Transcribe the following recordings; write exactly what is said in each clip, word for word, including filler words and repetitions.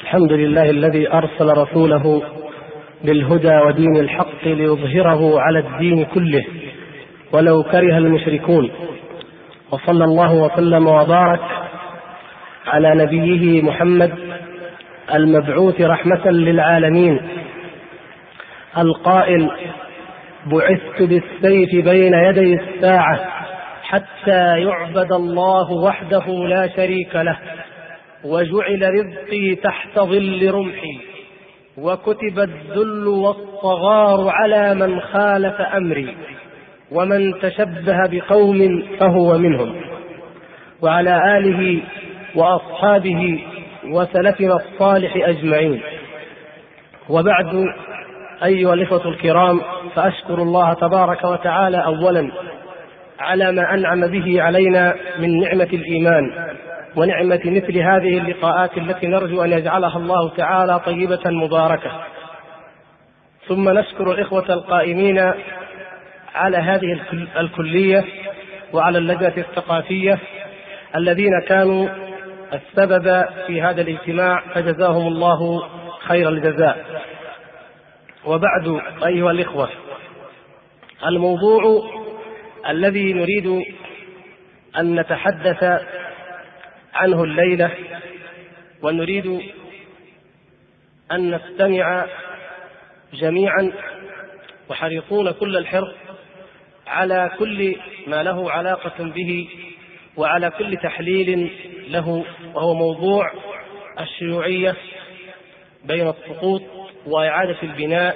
الحمد لله الذي أرسل رسوله بالهدى ودين الحق ليظهره على الدين كله ولو كره المشركون، وصلى الله وسلم وبارك على نبيه محمد المبعوث رحمة للعالمين القائل: بعثت بالسيف بين يدي الساعة حتى يعبد الله وحده لا شريك له، وجعل رزقي تحت ظل رمحي، وكتب الذل والصغار على من خالف أمري، ومن تشبه بقوم فهو منهم. وعلى آله وأصحابه وسلفنا الصالح أجمعين. وبعد، أيها الإخوة الكرام، فأشكر الله تبارك وتعالى أولا على ما أنعم به علينا من نعمة الإيمان ونعمة مثل هذه اللقاءات التي نرجو أن يجعلها الله تعالى طيبة مباركة. ثم نشكر الإخوة القائمين على هذه الكلية وعلى اللجنة الثقافية الذين كانوا السبب في هذا الاجتماع، فجزاهم الله خير الجزاء. وبعد، أيها الإخوة، الموضوع الذي نريد أن نتحدث عنه الليلة ونريد أن نستمع جميعا وحريصون كل الحرص على كل ما له علاقة به وعلى كل تحليل له، وهو موضوع الشيوعية بين السقوط وإعادة البناء،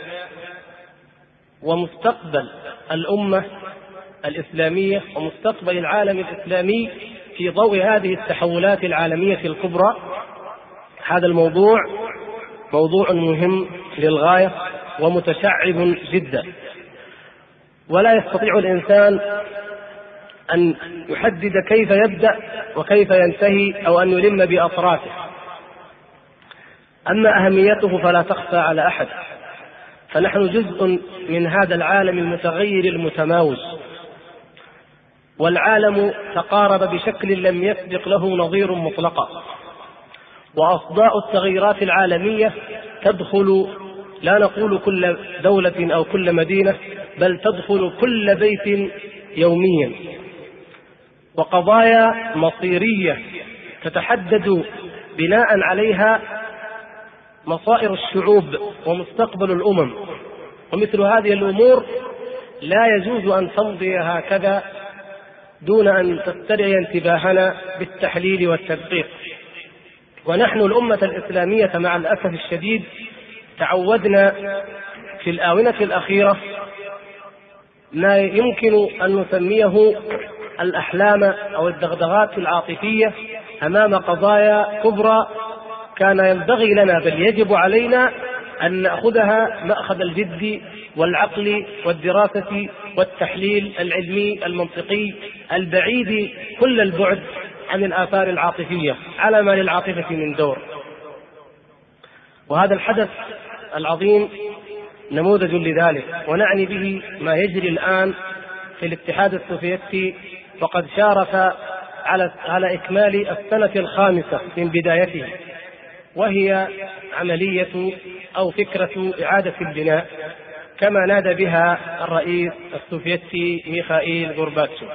ومستقبل الأمة الإسلامية ومستقبل العالم الإسلامي في ضوء هذه التحولات العالمية الكبرى. هذا الموضوع موضوع مهم للغاية ومتشعب جدا، ولا يستطيع الإنسان أن يحدد كيف يبدأ وكيف ينتهي أو أن يلم بأطرافه. أما أهميته فلا تخفى على أحد، فنحن جزء من هذا العالم المتغير المتماوج، والعالم تقارب بشكل لم يسبق له نظير مطلقا، وأصداء التغيرات العالمية تدخل، لا نقول كل دولة أو كل مدينة، بل تدخل كل بيت يوميا، وقضايا مصيرية تتحدد بناء عليها مصائر الشعوب ومستقبل الأمم. ومثل هذه الأمور لا يجوز أن تمضي هكذا دون أن تستدعي انتباهنا بالتحليل والتدقيق. ونحن الأمة الإسلامية مع الأسف الشديد تعودنا في الآونة الأخيرة ما يمكن أن نسميه الأحلام أو الدغدغات العاطفية أمام قضايا كبرى كان ينبغي لنا، بل يجب علينا أن نأخذها مأخذ الجد والعقل والدراسة والتحليل العلمي المنطقي البعيد كل البعد عن الآثار العاطفية على ما للعاطفة من دور. وهذا الحدث العظيم نموذج لذلك، ونعني به ما يجري الآن في الاتحاد السوفيتي، وقد شارف على على إكمال السنة الخامسة من بدايته، وهي عملية أو فكرة إعادة البناء كما نادى بها الرئيس السوفيتي ميخائيل غورباتشوف.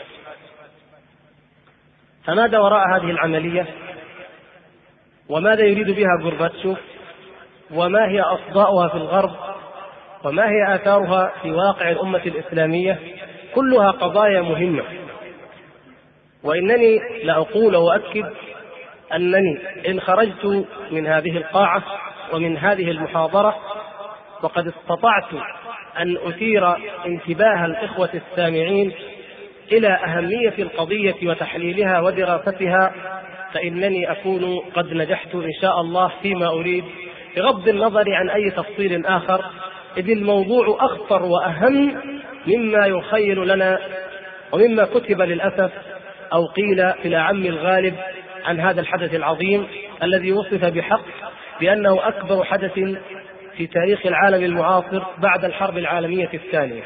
فماذا وراء هذه العملية؟ وماذا يريد بها غورباتشوف؟ وما هي أصداؤها في الغرب؟ وما هي آثارها في واقع الأمة الإسلامية؟ كلها قضايا مهمة. وإنني لأقول وأؤكد أنني إن خرجت من هذه القاعة ومن هذه المحاضرة وقد استطعت أن أثير انتباه الإخوة السامعين إلى أهمية القضية وتحليلها ودراستها، فإنني أكون قد نجحت إن شاء الله فيما أريد، بغض النظر عن أي تفصيل آخر، إذ الموضوع أخطر وأهم مما يخيل لنا ومما كتب للأسف أو قيل في الأعم الغالب عن هذا الحدث العظيم الذي وصف بحق بأنه أكبر حدث في تاريخ العالم المعاصر بعد الحرب العالمية الثانية.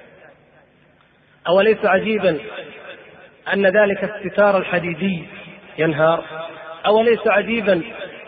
أوليس عجيبا أن ذلك الستار الحديدي ينهار؟ أوليس عجيبا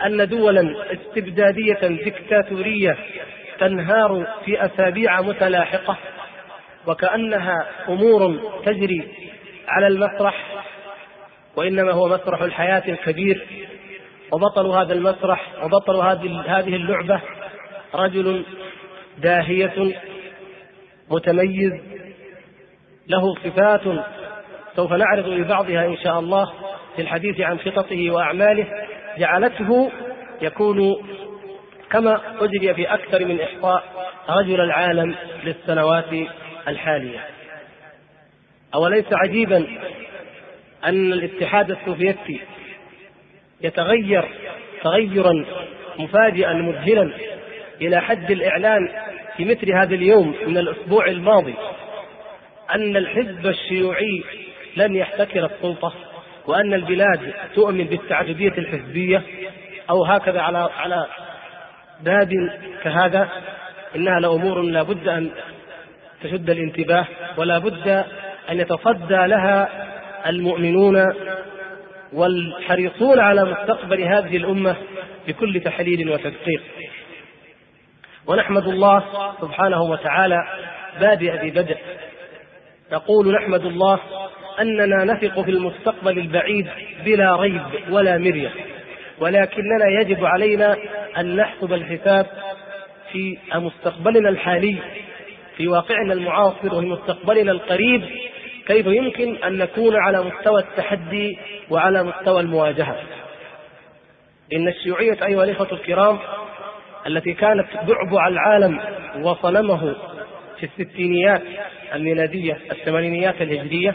أن دولا استبدادية ديكتاتورية تنهار في أسابيع متلاحقة، وكأنها أمور تجري على المسرح، وإنما هو مسرح الحياة الكبير، وبطل هذا المسرح وبطل هذه اللعبة رجل داهية متميز له صفات سوف نعرض لبعضها إن شاء الله في الحديث عن خططه وأعماله، جعلته يكون كما أجري في أكثر من إحصاء رجل العالم للسنوات الحالية. أوليس عجيبا أن الاتحاد السوفيتي يتغير تغيرا مفاجئا مذهلا إلى حد الإعلان في مثل هذا اليوم من الأسبوع الماضي أن الحزب الشيوعي لن يحتكر السلطة، وأن البلاد تؤمن بالتعددية الحزبية أو هكذا على على باب كهذا. إنها لأمور لا بد أن تشد الانتباه، ولا بد أن يتصدى لها المؤمنون والحريصون على مستقبل هذه الأمة بكل تحليل وتدقيق. ونحمد الله سبحانه وتعالى بادئ ببدء، نقول نحمد الله أننا نثق في المستقبل البعيد بلا ريب ولا مرية، ولكننا يجب علينا أن نحسب الحساب في مستقبلنا الحالي، في واقعنا المعاصر وفي مستقبلنا القريب، كيف يمكن أن نكون على مستوى التحدي وعلى مستوى المواجهة. إن الشيوعية أيها الإخوة الكرام التي كانت بعبع العالم وصنمه في الستينيات الميلادية الثمانينيات الهجرية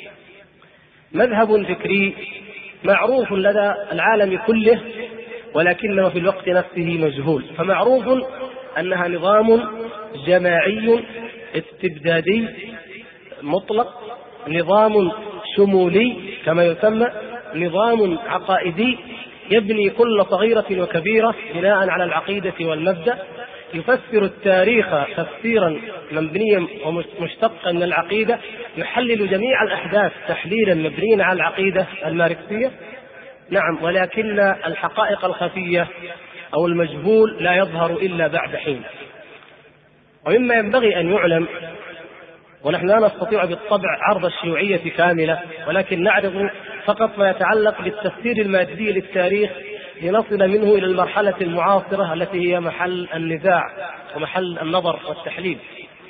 مذهب فكري معروف لدى العالم كله، ولكنه في الوقت نفسه مجهول. فمعروف أنها نظام جماعي استبدادي مطلق، نظام شمولي كما يسمى، نظام عقائدي يبني كل صغيرة وكبيرة بناء على العقيدة والمبدأ، يفسر التاريخ تفسيرا مبنيا ومشتقا من العقيدة، يحلل جميع الأحداث تحليلا مبنيا على العقيدة الماركسية. نعم، ولكن الحقائق الخفية أو المجهول لا يظهر إلا بعد حين. ومما ينبغي أن يعلم، ونحن لا نستطيع بالطبع عرض الشيوعية كاملة، ولكن نعرض فقط ما يتعلق بالتفسير المادي للتاريخ لنصل منه إلى المرحلة المعاصرة التي هي محل النزاع ومحل النظر والتحليل.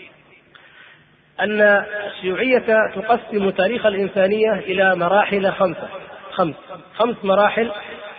أن الشيوعية تقسم تاريخ الإنسانية إلى مراحل خمسة خمس خمس مراحل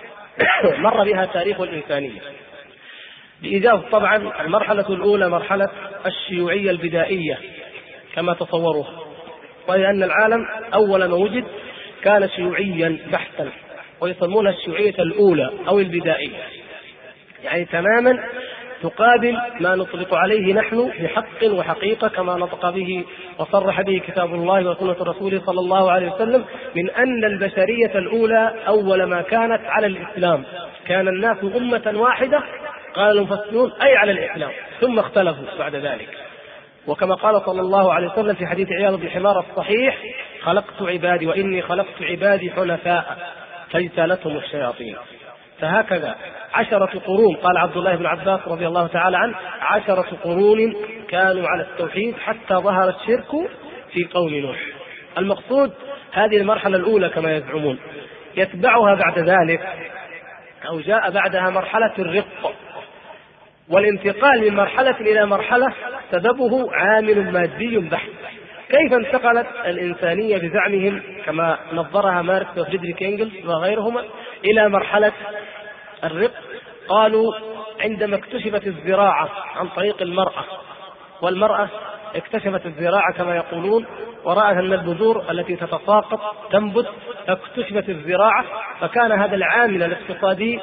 مر بها تاريخ الإنسانية بإيجاز. طبعا المرحلة الأولى مرحلة الشيوعية البدائية كما تصوروها، وهي أن العالم أول ما وجد كان شيوعيا بحتا، ويسمونها الشيوعية الأولى أو البدائية، يعني تماما تقابل ما نطلق عليه نحن بحق وحقيقة كما نطق به وصرح به كتاب الله وسنة رسوله صلى الله عليه وسلم، من أن البشرية الأولى أول ما كانت على الإسلام، كان الناس أمة واحدة، قال المفسرون أي على الإسلام، ثم اختلفوا بعد ذلك. وكما قال صلى الله عليه وسلم في حديث عياض بن حمار الصحيح: خلقت عبادي وإني خلقت عبادي حنفاء فاجتالتهم الشياطين. فهكذا عشرة قرون، قال عبد الله بن عباس رضي الله تعالى عنه: عشرة قرون كانوا على التوحيد حتى ظهر الشرك في قوم نوح. المقصود هذه المرحلة الأولى كما يزعمون. يتبعها بعد ذلك أو جاء بعدها مرحلة الرق، والانتقال من مرحلة إلى مرحلة سببه عامل مادي بحت. كيف انتقلت الإنسانية بزعمهم كما نظرها ماركس وفريدريك إنجلز وغيرهما إلى مرحلة الرق؟ قالوا عندما اكتشفت الزراعة عن طريق المرأة، والمرأة اكتشفت الزراعة كما يقولون ورأت أن البذور التي تتساقط تنبت، اكتشفت الزراعة، فكان هذا العامل الاقتصادي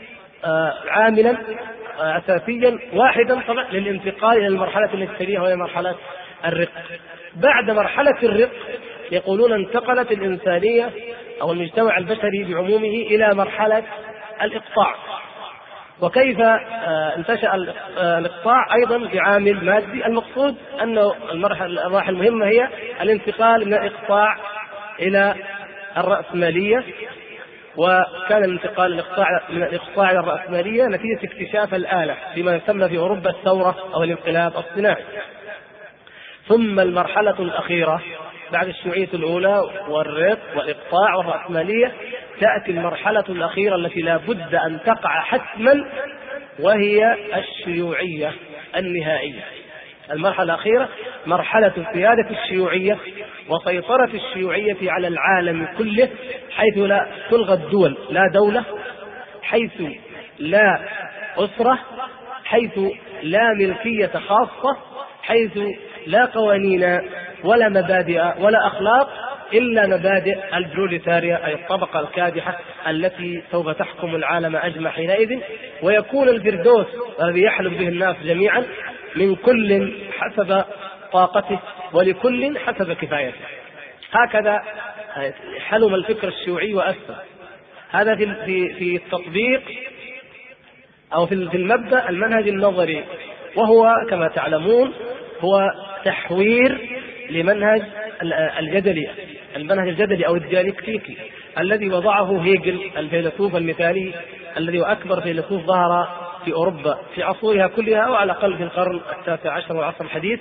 عاملا أساسيا واحدا طبعا للانتقال إلى المرحلة التي تليها وهي مرحلة الرق. بعد مرحلة الرق يقولون انتقلت الإنسانية أو المجتمع البشري بعمومه إلى مرحلة الإقطاع. وكيف انتشأ الإقطاع؟ أيضا بعامل مادي. المقصود أن المراحل المهمة هي الانتقال من الإقطاع إلى الرأسمالية، وكان الانتقال الإقطاع من الإقطاع إلى الرأسمالية نتيجة اكتشاف الآلة فيما يسمى في أوروبا الثورة أو الانقلاب الصناعي. ثم المرحلة الأخيرة بعد الشيوعية الأولى والرق والإقطاع والرأسمالية تأتي المرحلة الأخيرة التي لا بد أن تقع حتما، وهي الشيوعية النهائية. المرحلة الأخيرة مرحلة سيادة الشيوعية وسيطرة الشيوعية على العالم كله، حيث لا تلغى الدول، لا دولة، حيث لا أسرة، حيث لا ملكية خاصة، حيث لا قوانين ولا مبادئ ولا أخلاق إلا مبادئ البروليتاريا، أي الطبقة الكادحة التي سوف تحكم العالم أجمع حينئذ، ويكون الفردوس الذي يحلم به الناس جميعا من كل حسب طاقته ولكل حسب كفايته. هكذا حلم الفكر الشيوعي وأسس. هذا في في التطبيق أو في المبدأ المنهج النظري، وهو كما تعلمون هو تحوير لمنهج الجدلي، المنهج الجدلي أو الديالكتيكي الذي وضعه هيجل الفيلسوف المثالي الذي هو أكبر فيلسوف ظهر في أوروبا في عصورها كلها، أو على الأقل في القرن التاسع عشر والعصر الحديث.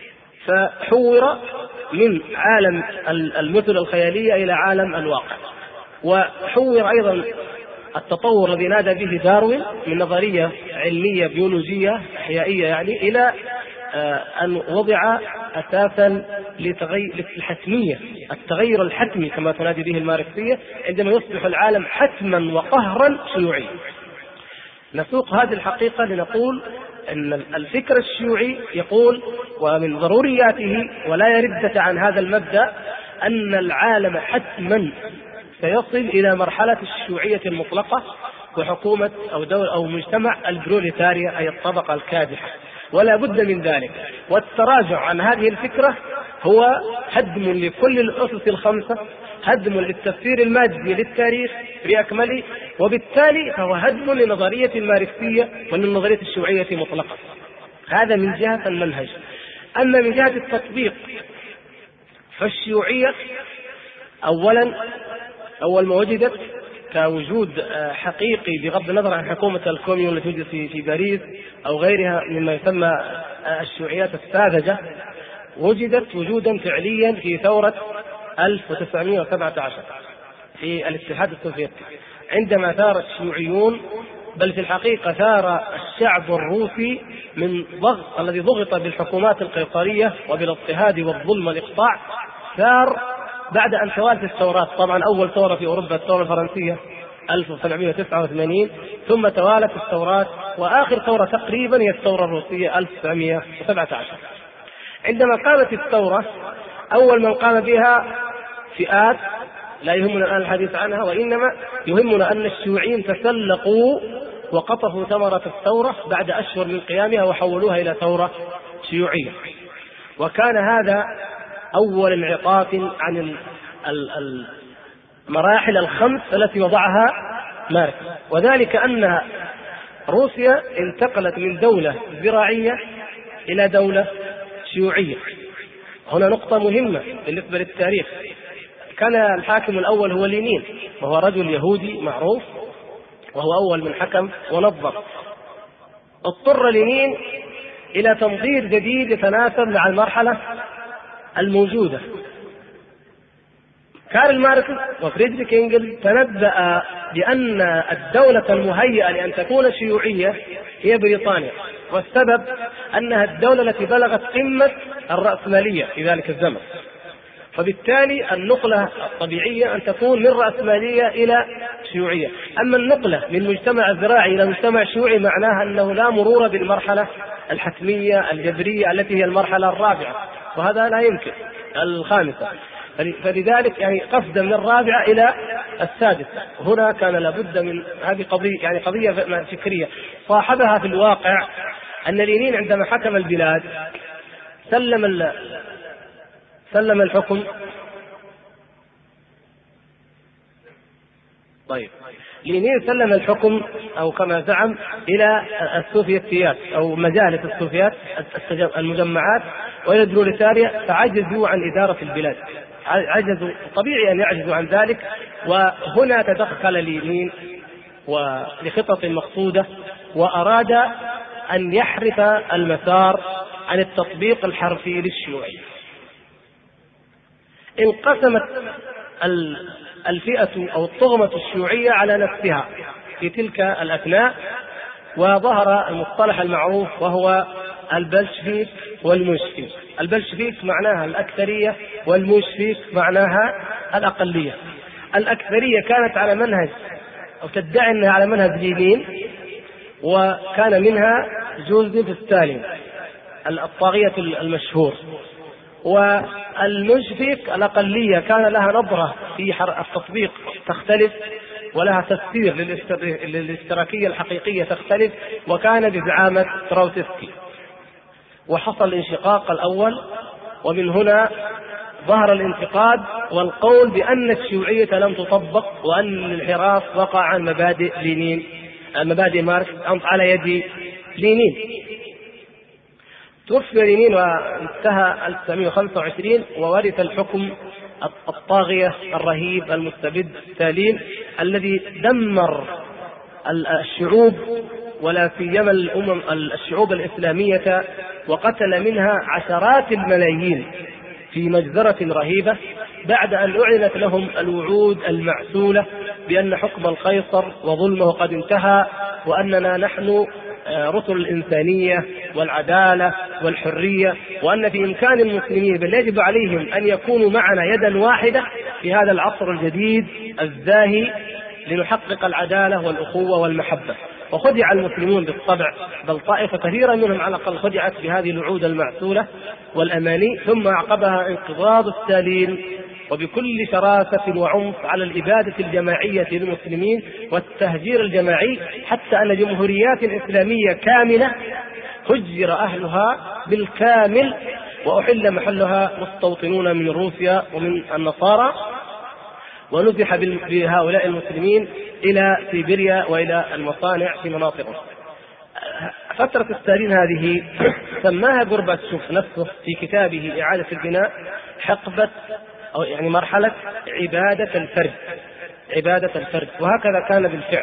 فحور من عالم المثل الخيالية إلى عالم الواقع، وحور أيضا التطور الذي نادى به داروين من نظرية علمية بيولوجية أحيائية يعني إلى أن وضع أساسا للحتمية، التغير الحتمي كما تنادي به الماركسية، عندما يصبح العالم حتما وقهرا شيوعيا. نسوق هذه الحقيقة لنقول أن الفكر الشيوعي يقول ومن ضرورياته ولا يرد عن هذا المبدأ أن العالم حتما سيصل إلى مرحلة الشيوعية المطلقة وحكومة أو دولة أو مجتمع البروليتاريا، أي الطبقة الكادحة، ولا بد من ذلك. والتراجع عن هذه الفكرة هو هدم لكل الأسس الخمسة، هدم للتفسير المادي للتاريخ بأكمله، وبالتالي فهو هدم لنظرية الماركسية وللنظرية الشيوعية مطلقة. هذا من جهة المنهج. أما من جهة التطبيق فالشيوعية أولا أول ما وجدت كوجود حقيقي بغض النظر عن حكومة الكوميون التي توجد في في باريس أو غيرها مما يسمى الشيوعيات الساذجة، وجدت وجودا فعليا في ثورة ألف وتسعمائة وسبعة عشر في الاتحاد السوفيتي، عندما ثار الشيوعيون، بل في الحقيقة ثار الشعب الروسي من ضغط الذي ضغط بالحكومات القيصرية وبالاضطهاد والظلم والإقطاع، ثار بعد أن توالت الثورات. طبعا أول ثورة في أوروبا الثورة الفرنسية ألف وسبعمائة وتسعة وثمانين، ثم توالت الثورات، وآخر ثورة تقريبا هي الثورة الروسية ألف وتسعمائة وسبعة عشر. عندما قامت الثورة أول من قام بها فئات لا يهمنا الآن الحديث عنها، وإنما يهمنا أن الشيوعيين تسلقوا وقطفوا ثمرة الثورة بعد أشهر من قيامها وحولوها إلى ثورة شيوعية. وكان هذا أول انعطاف عن المراحل الخمس التي وضعها ماركس، وذلك أن روسيا انتقلت من دولة زراعية إلى دولة شيوعية. هنا نقطة مهمة بالنسبة للتاريخ. كان الحاكم الأول هو لينين، وهو رجل يهودي معروف، وهو أول من حكم ونظم. اضطر لينين إلى تنظير جديد يتناسب مع المرحلة الموجودة. كارل ماركس وفريدريك إنجل تنبأ بأن الدولة المهيئة لأن تكون شيوعية هي بريطانيا، والسبب أنها الدولة التي بلغت قمة الرأسمالية في ذلك الزمن، فبالتالي النقلة الطبيعية أن تكون من رأسمالية إلى شيوعية. أما النقلة من مجتمع زراعي إلى مجتمع شيوعي معناها أنه لا مرور بالمرحلة الحتمية الجبرية التي هي المرحلة الرابعة، وهذا لا يمكن الخامسة. فلذلك يعني قفزة من الرابعة إلى السادسة. هنا كان لابد من هذه قضية، يعني قضية فكرية صاحبها في الواقع أن لينين عندما حكم البلاد سلم سلم الحكم. طيب لينين سلم الحكم أو كما زعم إلى السوفيتيات أو مجالس السوفيات المجمعات وإلى البروليتاريا، فعجزوا عن إدارة البلاد. عجزوا، طبيعي أن يعجزوا عن ذلك وهنا تدخل لينين ولخطط مقصودة، وأراد أن يحرف المسار عن التطبيق الحرفي للشيوعية. انقسمت الفئة أو الطغمة الشيوعية على نفسها في تلك الأثناء، وظهر المصطلح المعروف وهو البلشفيك والموشفيك. البلشفيك معناها الأكثرية، والموشفيك معناها الأقلية. الأكثرية كانت على منهج أو تدعي أنها على منهج لينين، وكان منها جوزيف ستالين الطاغية المشهور. والموشفيك الأقلية كان لها نظرة في التطبيق تختلف، ولها تفسير للاشتراكية الحقيقية تختلف، وكان بزعامة تراوتسكي. وحصل الانشقاق الأول، ومن هنا ظهر الانتقاد والقول بأن الشيوعية لم تطبق، وأن الانحراف وقع عن مبادئ لينين، مبادئ ماركس على يد لينين. توفي لينين وانتهى ألف وتسعمائة وخمسة وعشرين، وورث الحكم الطاغية الرهيب المستبد ستالين الذي دمر الشعوب، ولا سيما الأمم الشعوب الإسلامية، وقتل منها عشرات الملايين في مجزرة رهيبة، بعد أن أعلنت لهم الوعود المعسولة بأن حكم القيصر وظلمه قد انتهى، وأننا نحن رسل الإنسانية والعدالة والحرية، وأن في إمكان المسلمين بل يجب عليهم أن يكونوا معنا يدا واحدة في هذا العصر الجديد الزاهي لنحقق العدالة والأخوة والمحبة. وخدع المسلمون بالطبع، بل طائفة كثيرة منهم على الأقل خدعت بهذه الوعود المعسولة والأماني، ثم أعقبها انقضاض ستالين وبكل شراسة وعنف على الإبادة الجماعية للمسلمين والتهجير الجماعي، حتى أن جمهوريات إسلامية كاملة هجر أهلها بالكامل، وأحل محلها مستوطنون من روسيا ومن النصارى، ونزح بهؤلاء المسلمين إلى سيبيريا وإلى المصانع في مناطقهم. فترة ستالين هذه سماها غورباتشوف نفسه في كتابه إعادة البناء حقبة أو يعني مرحلة عبادة الفرد، عبادة الفرد، وهكذا كان بالفعل.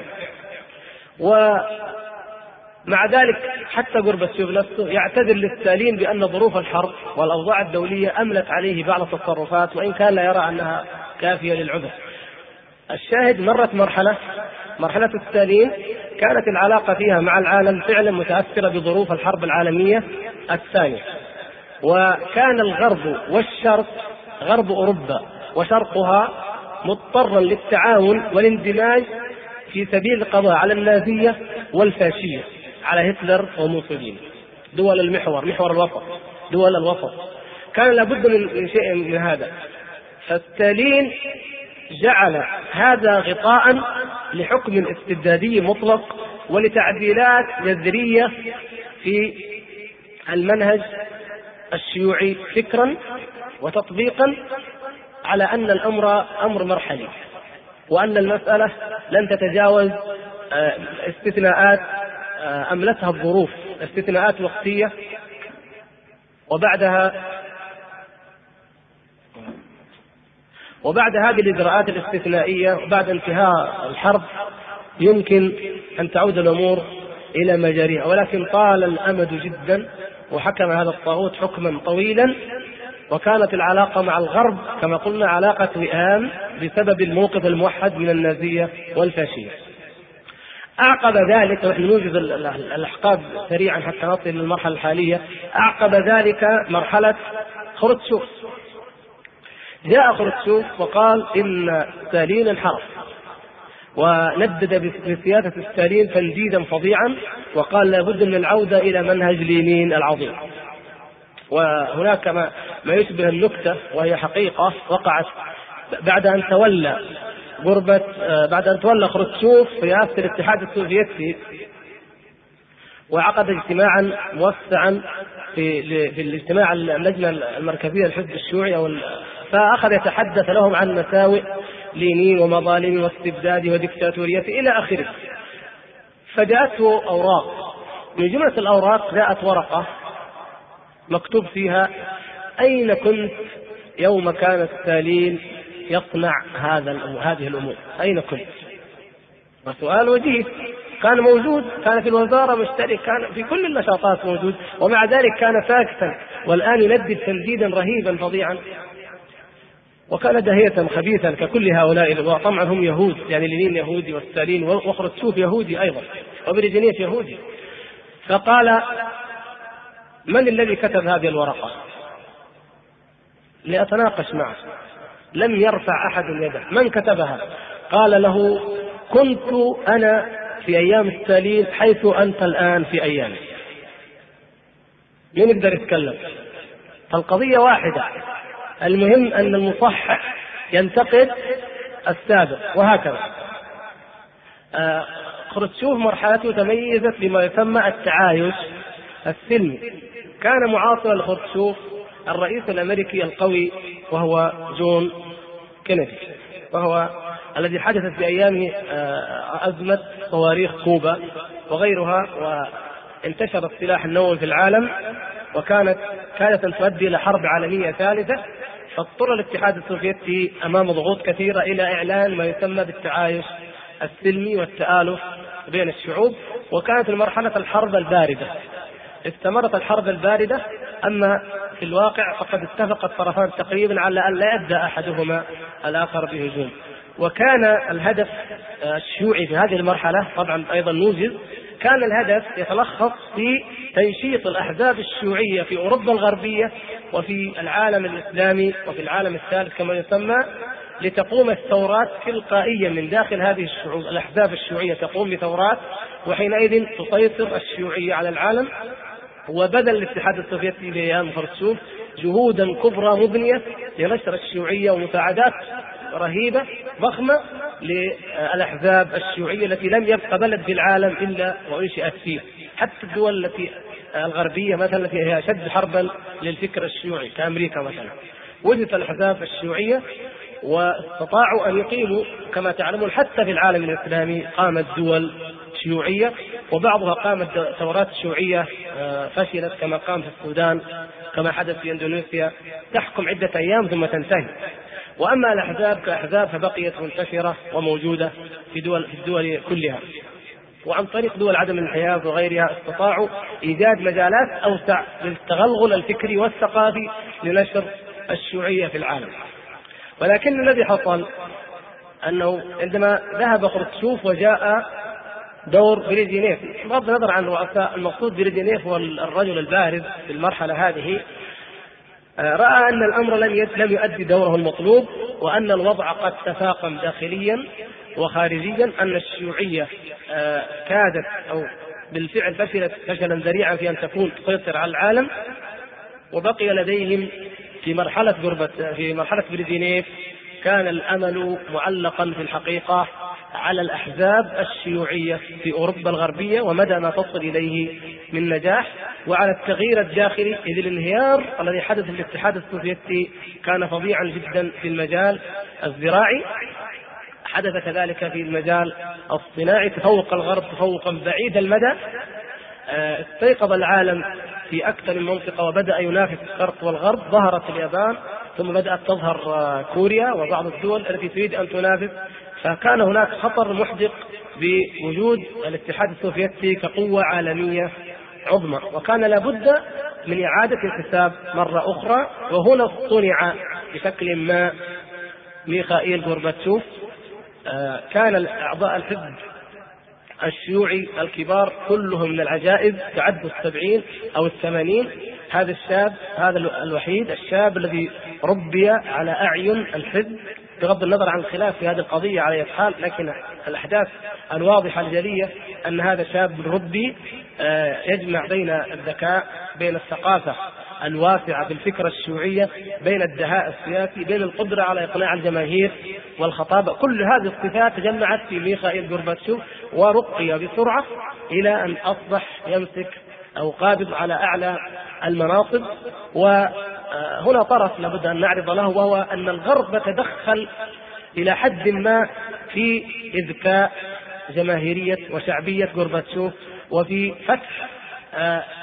ومع ذلك حتى غورباتشوف نفسه يعتذر لستالين بأن ظروف الحرب والأوضاع الدولية أملت عليه بعض التصرفات، وإن كان لا يرى أنها كافية للعذر. الشاهد مرت مرحلة مرحلة ستالين كانت العلاقة فيها مع العالم فعلا متأثرة بظروف الحرب العالمية الثانية، وكان الغرب والشرق، غرب أوروبا وشرقها، مضطرا للتعاون والاندماج في سبيل القضاء على النازية والفاشية، على هتلر وموسوليني، دول المحور، محور الوسط، دول الوسط، كان لابد من شيء من هذا. فستالين جعل هذا غطاء لحكم استبدادي مطلق ولتعديلات جذرية في المنهج الشيوعي فكرا وتطبيقا، على أن الأمر أمر مرحلي، وأن المسألة لن تتجاوز استثناءات أملتها الظروف، استثناءات وقتية، وبعدها وبعد هذه الإجراءات الاستثنائية وبعد انتهاء الحرب يمكن أن تعود الأمور إلى مجاريها. ولكن طال الأمد جدا، وحكم هذا الطاغوت حكما طويلا، وكانت العلاقة مع الغرب كما قلنا علاقة وئام بسبب الموقف الموحد من النازية والفاشية. أعقب ذلك، نحن نوجد الأحقاب سريعا حتى نصل للمرحلة الحالية، أعقب ذلك مرحلة خروتشوف. جاء خروتشوف وقال إن ستالين انحرف، وندد بسياسة ستالين تنديدا فظيعا، وقال لابد من العودة إلى منهج لينين العظيم. وهناك ما, ما يشبه النكتة، وهي حقيقة وقعت بعد أن تولى غربة بعد أن تولى خروتشوف رئاسة الاتحاد السوفيتي، وعقد اجتماعا موسعا في, في الاجتماع اللجنة المركزية للحزب الشيوعي، فأخذ يتحدث لهم عن مساوئ لينين ومظالم واستبداد وديكتاتورية إلى آخره. فجاءته أوراق، من جملة الأوراق جاءت ورقة مكتوب فيها: أين كنت يوم كان ستالين يصنع هذا هذه الأمور؟ أين كنت؟ وسؤال وجيه. كان موجود، كان في الوزارة مشترك، كان في كل النشاطات موجود، ومع ذلك كان ساكتا، والآن يندد تنديدا رهيبا فظيعا. وكان دهية خبيثا ككل هؤلاء، وطبعا هم يهود، يعني لينين يهودي وستالين وخروتشوف يهودي أيضا وبريجنيف يهودي. فقال: من الذي كتب هذه الورقة؟ لأتناقش معه. لم يرفع أحد يده. من كتبها؟ قال له: كنت أنا في أيام ستالين حيث أنت الآن في أيامي. مين يقدر يتكلم؟ فالقضية واحدة، المهم أن المصحح ينتقد السابق، وهكذا. آه خروتشوف مرحلته تميزت بما يسمى التعايش السلمي. كان معاصرا لخروتشوف الرئيس الأمريكي القوي وهو جون كينيدي، وهو الذي حدثت في أيامه أزمة صواريخ كوبا وغيرها، وانتشر السلاح النووي في العالم، وكانت كانت تؤدي إلى حرب عالمية ثالثة. فاضطر الاتحاد السوفيتي أمام ضغوط كثيرة إلى إعلان ما يسمى بالتعايش السلمي والتآلف بين الشعوب. وكانت المرحلة الحرب الباردة، استمرت الحرب الباردة، أما في الواقع فقد اتفق الطرفان تقريبا على أن لا يبدأ أحدهما الآخر بهجوم. وكان الهدف الشيوعي في هذه المرحلة طبعا أيضا نوجز، كان الهدف يتلخص في تنشيط الأحزاب الشيوعية في أوروبا الغربية وفي العالم الإسلامي وفي العالم الثالث كما يسمى، لتقوم الثورات تلقائيا من داخل هذه الشعوب. الأحزاب الشيوعية تقوم بثورات، وحينئذ تسيطر الشيوعية على العالم. وبذل الاتحاد السوفيتي بأيام خروتشوف جهودا كبرى مبنية لنشر الشيوعية ومساعدات رهيبة ضخمة للأحزاب الشيوعية التي لم يبقى بلد في العالم إلا وأنشئت فيه. حتى الدول التي الغربية مثلا التي هي أشد حربا للفكر الشيوعي كأمريكا مثلا، وجدت الأحزاب الشيوعية واستطاعوا أن يقيموا. كما تعلمون حتى في العالم الإسلامي قامت دول شيوعية، وبعضها قامت ثورات شيوعية فشلت، كما قام في السودان، كما حدث في إندونيسيا، تحكم عدة أيام ثم تنتهي. وأما الأحزاب كأحزاب فبقيت منتشرة وموجودة في دول في الدول كلها، وعن طريق دول عدم الانحياز وغيرها استطاعوا إيجاد مجالات أوسع للتغلغل الفكري والثقافي لنشر الشيوعية في العالم. ولكن الذي حصل أنه عندما ذهب خروتشوف وجاء دور بريجنيف، بغض النظر عن رؤساء، المقصود بريجنيف هو الرجل البارز في المرحلة هذه، رأى أن الأمر لم لم يؤدي دوره المطلوب، وأن الوضع قد تفاقم داخليا وخارجيا، أن الشيوعية كادت أو بالفعل فشلت فشلا ذريعا في أن تكون تسيطر على العالم. وبقي لديهم في مرحلة غربة في مرحلة بريجنيف كان الأمل معلقا في الحقيقة على الأحزاب الشيوعية في أوروبا الغربية ومدى ما تصل إليه من نجاح، وعلى التغيير الداخلي، إذ الانهيار الذي حدث في الاتحاد السوفيتي كان فظيعا جدا في المجال الزراعي، حدث كذلك في المجال الصناعي، تفوق الغرب تفوقا بعيد المدى. استيقظ العالم في أكثر من منطقة وبدأ ينافس الشرق والغرب، ظهرت اليابان ثم بدأت تظهر كوريا وبعض الدول التي تريد أن تنافس. فكان هناك خطر محدق بوجود الاتحاد السوفيتي كقوة عالمية عظمى، وكان لابد من إعادة الحساب مرة أخرى. وهنا صنع بشكل ما ميخائيل غورباتشوف. كان أعضاء الحزب الشيوعي الكبار كلهم من العجائز، تعدوا السبعين أو الثمانين. هذا الشاب، هذا الوحيد الشاب الذي ربي على أعين الحزب، بغض النظر عن الخلاف في هذه القضية على أي حال، لكن الأحداث الواضحة الجلية أن هذا شاب ربي يجمع بين الذكاء، بين الثقافة الواسعة بالفكرة الشيوعية، بين الدهاء السياسي، بين القدرة على إقناع الجماهير والخطابة. كل هذه الصفات تجمعت في ميخائيل غورباتشوف، ورقي بسرعة إلى أن أصبح يمسك أو قابض على أعلى المناصب. وهنا طرف لابد أن نعرض له، وهو أن الغرب تدخل إلى حد ما في إذكاء جماهيرية وشعبية غورباتشوف، وفي فتح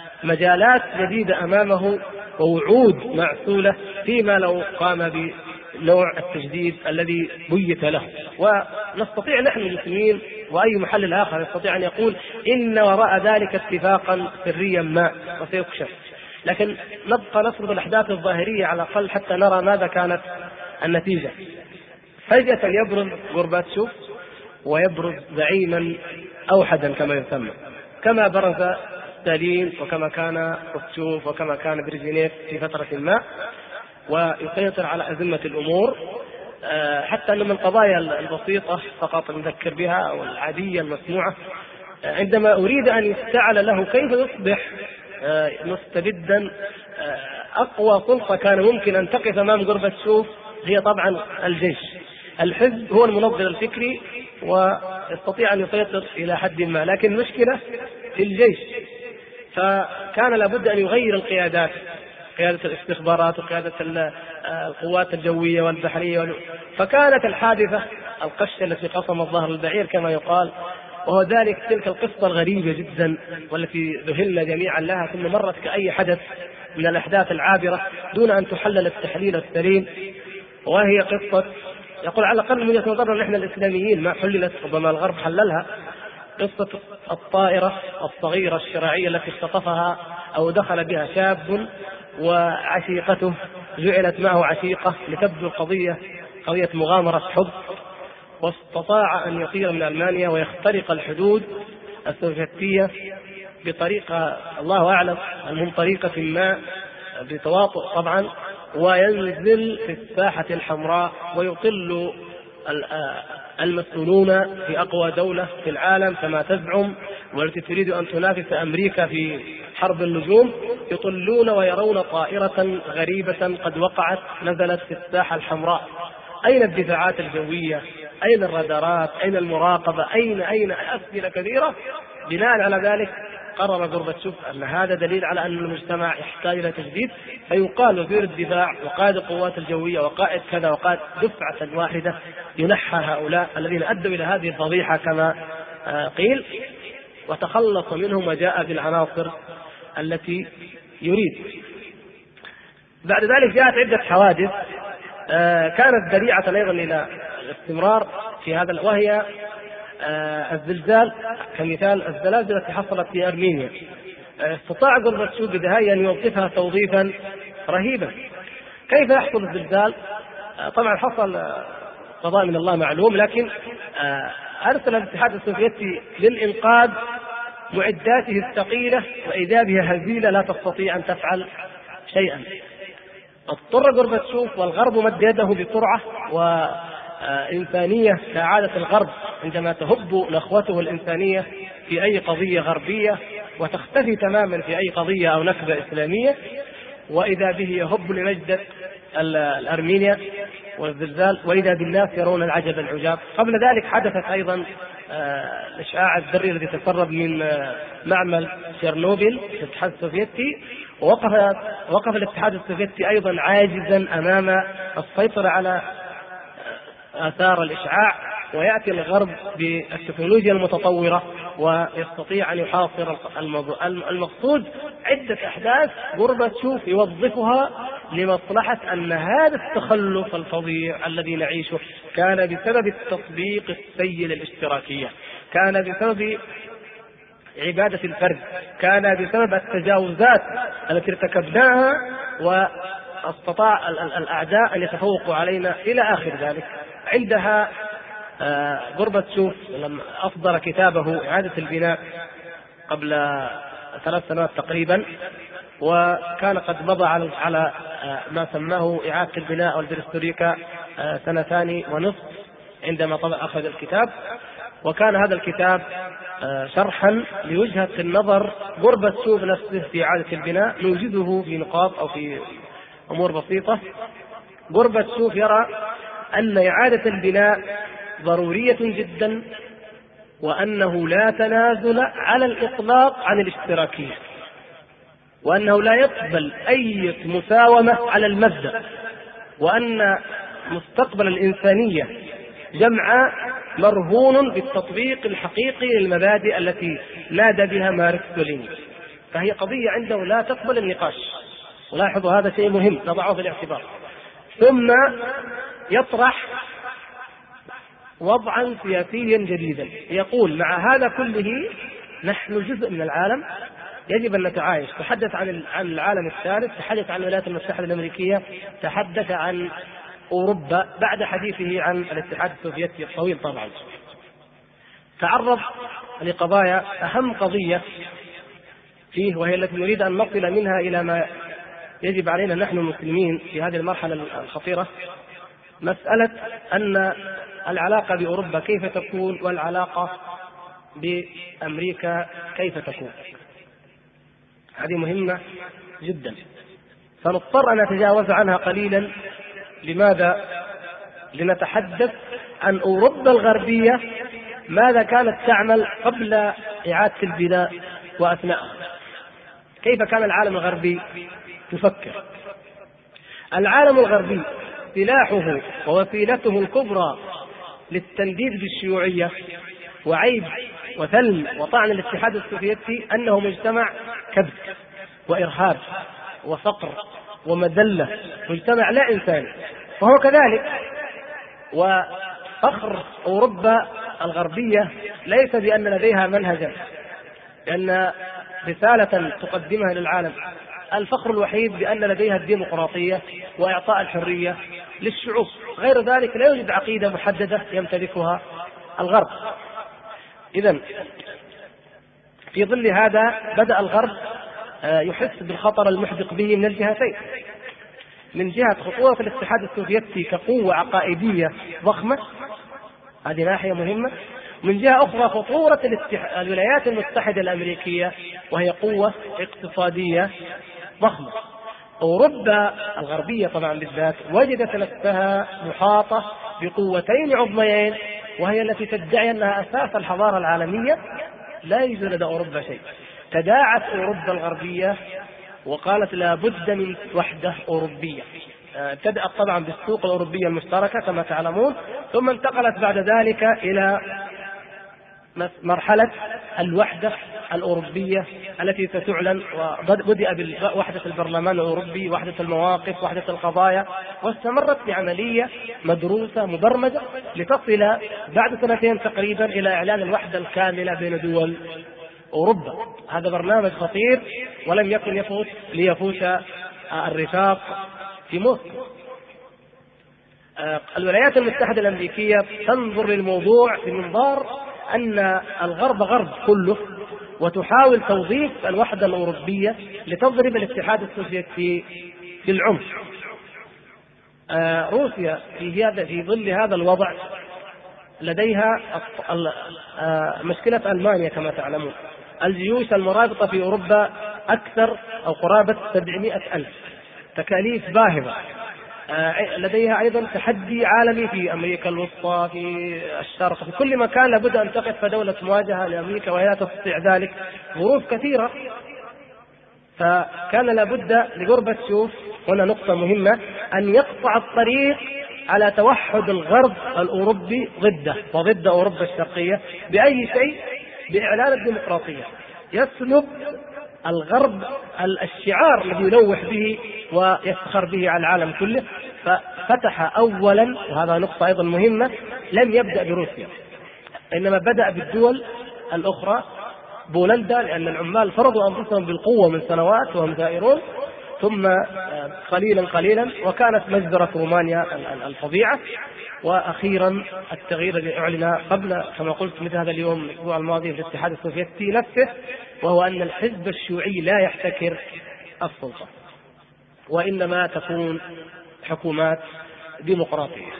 مجالات جديدة أمامه ووعود معسولة فيما لو قام نوع التجديد الذي بيت له. ونستطيع نحن المسلمين وأي محلل آخر يستطيع أن يقول إن وراء ذلك اتفاقا سريا ما وسيكشف، لكن نبقى نفرض الأحداث الظاهرية على الأقل حتى نرى ماذا كانت النتيجة. فجأة يبرز غورباتشوف ويبرز زعيما أوحدا كما يسمى، كما برز ستالين وكما كان خروتشوف وكما كان بريجينيف في فترة ما، ويسيطر على أزمة الأمور، حتى أن من القضايا البسيطة فقط نذكر بها أو العادية المسموعة، عندما أريد أن يستعل له كيف يصبح مستبدا أقوى سلطة كان ممكن أن تقف أمام غورباتشوف هي طبعا الجيش. الحزب هو المنظر الفكري ويستطيع أن يسيطر إلى حد ما، لكن المشكلة في الجيش، فكان لابد أن يغير القيادات، قيادة الاستخبارات وقيادة القوات الجوية والبحرية. فكانت الحادثة القشة التي قصمت ظهر البعير كما يقال، وهو ذلك تلك القصة الغريبة جدا والتي ذهلنا جميعا لها، ثم مرت كأي حدث من الأحداث العابرة دون أن تحلل التحليل السليم، وهي قصة يقول على الأقل من وجهة نظرنا نحن الإسلاميين ما حللت، ربما الغرب حللها، قصة الطائرة الصغيرة الشراعية التي اختطفها أو دخل بها شاب وعشيقته جعلت معه عشيقة لتبدو القضية قضية مغامرة حب، واستطاع أن يطير من ألمانيا ويخترق الحدود السوفيتية بطريقة الله أعلم، المهم طريقة ما بتواطؤ طبعا، وينزل في الساحة الحمراء ويطل المسؤولون في أقوى دولة في العالم كما تزعم والتي تريد أن تنافس أمريكا في حرب النجوم، يطلون ويرون طائرة غريبة قد وقعت نزلت في الساحة الحمراء. أين الدفاعات الجوية؟ أين الرادارات؟ أين المراقبة؟ أين أين أسئلة كثيرة. بناء على ذلك قرر غورباتشوف أن هذا دليل على أن المجتمع يحتاج إلى تجديد، فيقال وزير الدفاع وقائد القوات الجوية وقائد كذا وقائد دفعة واحدة ينحى هؤلاء الذين أدوا إلى هذه الفضيحة كما قيل، وتخلص منهم وجاء بالعناصر التي يريد. بعد ذلك جاءت عدة حوادث كانت ذريعة أيضا إلى الاستمرار في هذا، وهي الزلزال كمثال الزلازل التي حصلت في أرمينيا. استطاع غورباتشوف بداية أن يوظفها توظيفا رهيبا. كيف يحصل الزلزال؟ طبعا حصل قضاء من الله معلوم، لكن أرسل الاتحاد السوفيتي للإنقاذ معداته الثقيلة وإذا بها هزيلة لا تستطيع أن تفعل شيئا. اضطر غورباتشوف والغرب مد يده بسرعة وإنسانية كعادة الغرب عندما تهب نخوته الإنسانية في أي قضية غربية وتختفي تماما في أي قضية أو نكبة إسلامية، وإذا به يهب لنجدة الأرمينيا والزلزال، وإذا بالناس يرون العجب العجاب. قبل ذلك حدثت أيضا الإشعاع الذري الذي تسرب من معمل تشيرنوبل في الاتحاد السوفيتي، ووقف وقف الاتحاد السوفيتي أيضا عاجزا أمام السيطرة على آثار الإشعاع، ويأتي الغرب بالتكنولوجيا المتطورة ويستطيع أن يحاصر الموضوع. المقصود عدة أحداث غورباتشوف يوظفها لمصلحة أن هذا التخلف الفظيع الذي نعيشه كان بسبب التطبيق السيء للاشتراكية، كان بسبب عبادة الفرد، كان بسبب التجاوزات التي ارتكبناها واستطاع الأعداء أن يتفوقوا علينا إلى آخر ذلك. عندها غورباتشوف لما أصدر كتابه إعادة البناء قبل ثلاث سنوات تقريبا، وكان قد مضى على ما سماه إعادة البناء والبرستوريكا سنتان ونصف عندما طبع أخذ الكتاب، وكان هذا الكتاب شرحا لوجهة النظر غورباتشوف نفسه في إعادة البناء. نوجده في نقاط أو في أمور بسيطة. غورباتشوف يرى أن إعادة البناء ضرورية جدا، وأنه لا تنازل على الإطلاق عن الاشتراكية، وأنه لا يقبل أي مساومة على المبدأ، وأن مستقبل الإنسانية جمعاء مرهون بالتطبيق الحقيقي للمبادئ التي نادى بها ماركس ولينين. فهي قضية عنده لا تقبل النقاش، ولاحظوا هذا شيء مهم نضعه في الاعتبار. ثم يطرح وضعا سياسيا جديدا، يقول مع هذا كله نحن جزء من العالم، يجب أن نتعايش. تحدث عن عن العالم الثالث، تحدث عن الولايات المتحدة الأمريكية، تحدث عن أوروبا بعد حديثه عن الاتحاد السوفيتي الطويل. طبعا تعرض لقضايا، أهم قضية فيه وهي التي نريد أن نصل منها إلى ما يجب علينا نحن المسلمين في هذه المرحلة الخطيرة، مسألة أن العلاقة بأوروبا كيف تكون والعلاقة بأمريكا كيف تكون. هذه مهمة جدا، فنضطر أن نتجاوز عنها قليلا. لماذا؟ لنتحدث عن أوروبا الغربية، ماذا كانت تعمل قبل إعادة البناء وأثناءها، كيف كان العالم الغربي تفكر. العالم الغربي سلاحه ووسيلته الكبرى للتنديد بالشيوعية وعيب وثلم وطعن الاتحاد السوفيتي أنه مجتمع كبت وإرهاب وفقر ومذلة، مجتمع لا إنساني، وهو كذلك. وفخر أوروبا الغربية ليس بأن لديها منهجا، لأن رسالة تقدمها للعالم. الفخر الوحيد بأن لديها الديمقراطية وإعطاء الحرية للشعوب، غير ذلك لا يوجد عقيدة محددة يمتلكها الغرب. إذن في ظل هذا بدأ الغرب يحس بالخطر المحدق به من الجهتين، من جهة خطورة الاتحاد السوفيتي كقوة عقائدية ضخمة، هذه ناحية مهمة، من جهة أخرى خطورة الولايات المتحدة الأمريكية وهي قوة اقتصادية ضخمة. أوروبا الغربية طبعا بالذات وجدت نفسها محاطة بقوتين عظميين، وهي التي تدعي أنها أساس الحضارة العالمية. لا يوجد لدى أوروبا شيء. تداعت أوروبا الغربية وقالت لا بد من وحدة أوروبية. ابتدأت طبعا بالسوق الأوروبية المشتركة كما تعلمون، ثم انتقلت بعد ذلك إلى مرحلة الوحدة الأوروبية التي ستعلن، وبدأ بوحدة البرلمان الأوروبي، وحدة المواقف، وحدة القضايا، واستمرت بعملية مدروسة مبرمجة لتصل بعد سنتين تقريبا إلى إعلان الوحدة الكاملة بين دول أوروبا. هذا برنامج خطير ولم يكن يفوت ليفوت الرفاق في موسكو. الولايات المتحدة الأمريكية تنظر للموضوع في منظار أن الغرب غرب كله، وتحاول توظيف الوحدة الأوروبية لتضرب الاتحاد السوفيتي بالعنف. روسيا في هذا في ظل هذا الوضع لديها مشكلة ألمانيا كما تعلمون. الجيوش المرابطة في أوروبا أكثر أو قرابة سبعمائة ألف، تكاليف باهظة. لديها أيضا تحدي عالمي في أمريكا الوسطى، في الشرق، في كل مكان لابد أن تقف دولة مواجهة لأمريكا وهي لا تستطيع ذلك، ظروف كثيرة. فكان لابد لغورباتشوف، هنا نقطة مهمة، أن يقطع الطريق على توحد الغرب الأوروبي ضده وضد أوروبا الشرقية بأي شيء، بإعلان الديمقراطية. يسلب الغرب الشعار الذي يلوح به ويفتخر به على العالم كله. ففتح أولا، وهذا نقطة أيضا مهمة، لم يبدأ بروسيا، إنما بدأ بالدول الأخرى، بولندا، لأن العمال فرضوا أنفسهم بالقوة من سنوات وهم ثائرون، ثم قليلا قليلا وكانت مجزرة رومانيا الفظيعة، وأخيرا التغيير الذي أعلن قبل كما قلت مثل هذا اليوم الأسبوع الماضي في الاتحاد السوفيتي نفسه، وهو أن الحزب الشيوعي لا يحتكر السلطة، وإنما تكون حكومات ديمقراطية.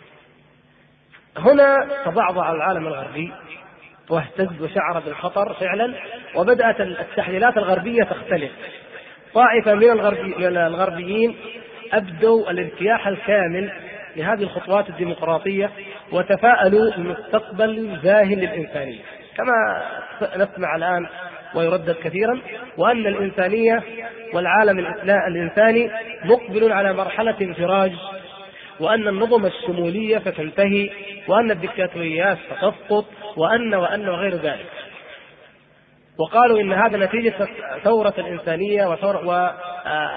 هنا تضعضع العالم الغربي واهتز وشعر بالخطر فعلا، وبدأت التحليلات الغربية تختلف. طائفة من, الغربي من الغربيين أبدوا الارتياح الكامل لهذه الخطوات الديمقراطية، وتفاءلوا بمستقبل زاهي للإنسانية كما نسمع الآن ويردد كثيرا، وأن الإنسانية والعالم الإنساني مقبل على مرحلة انفراج، وأن النظم الشمولية ستنتهي، وأن الدكتاتوريات ستسقط، وأن وأن وغير ذلك. وقالوا إن هذا نتيجة ثورة الإنسانية وثورة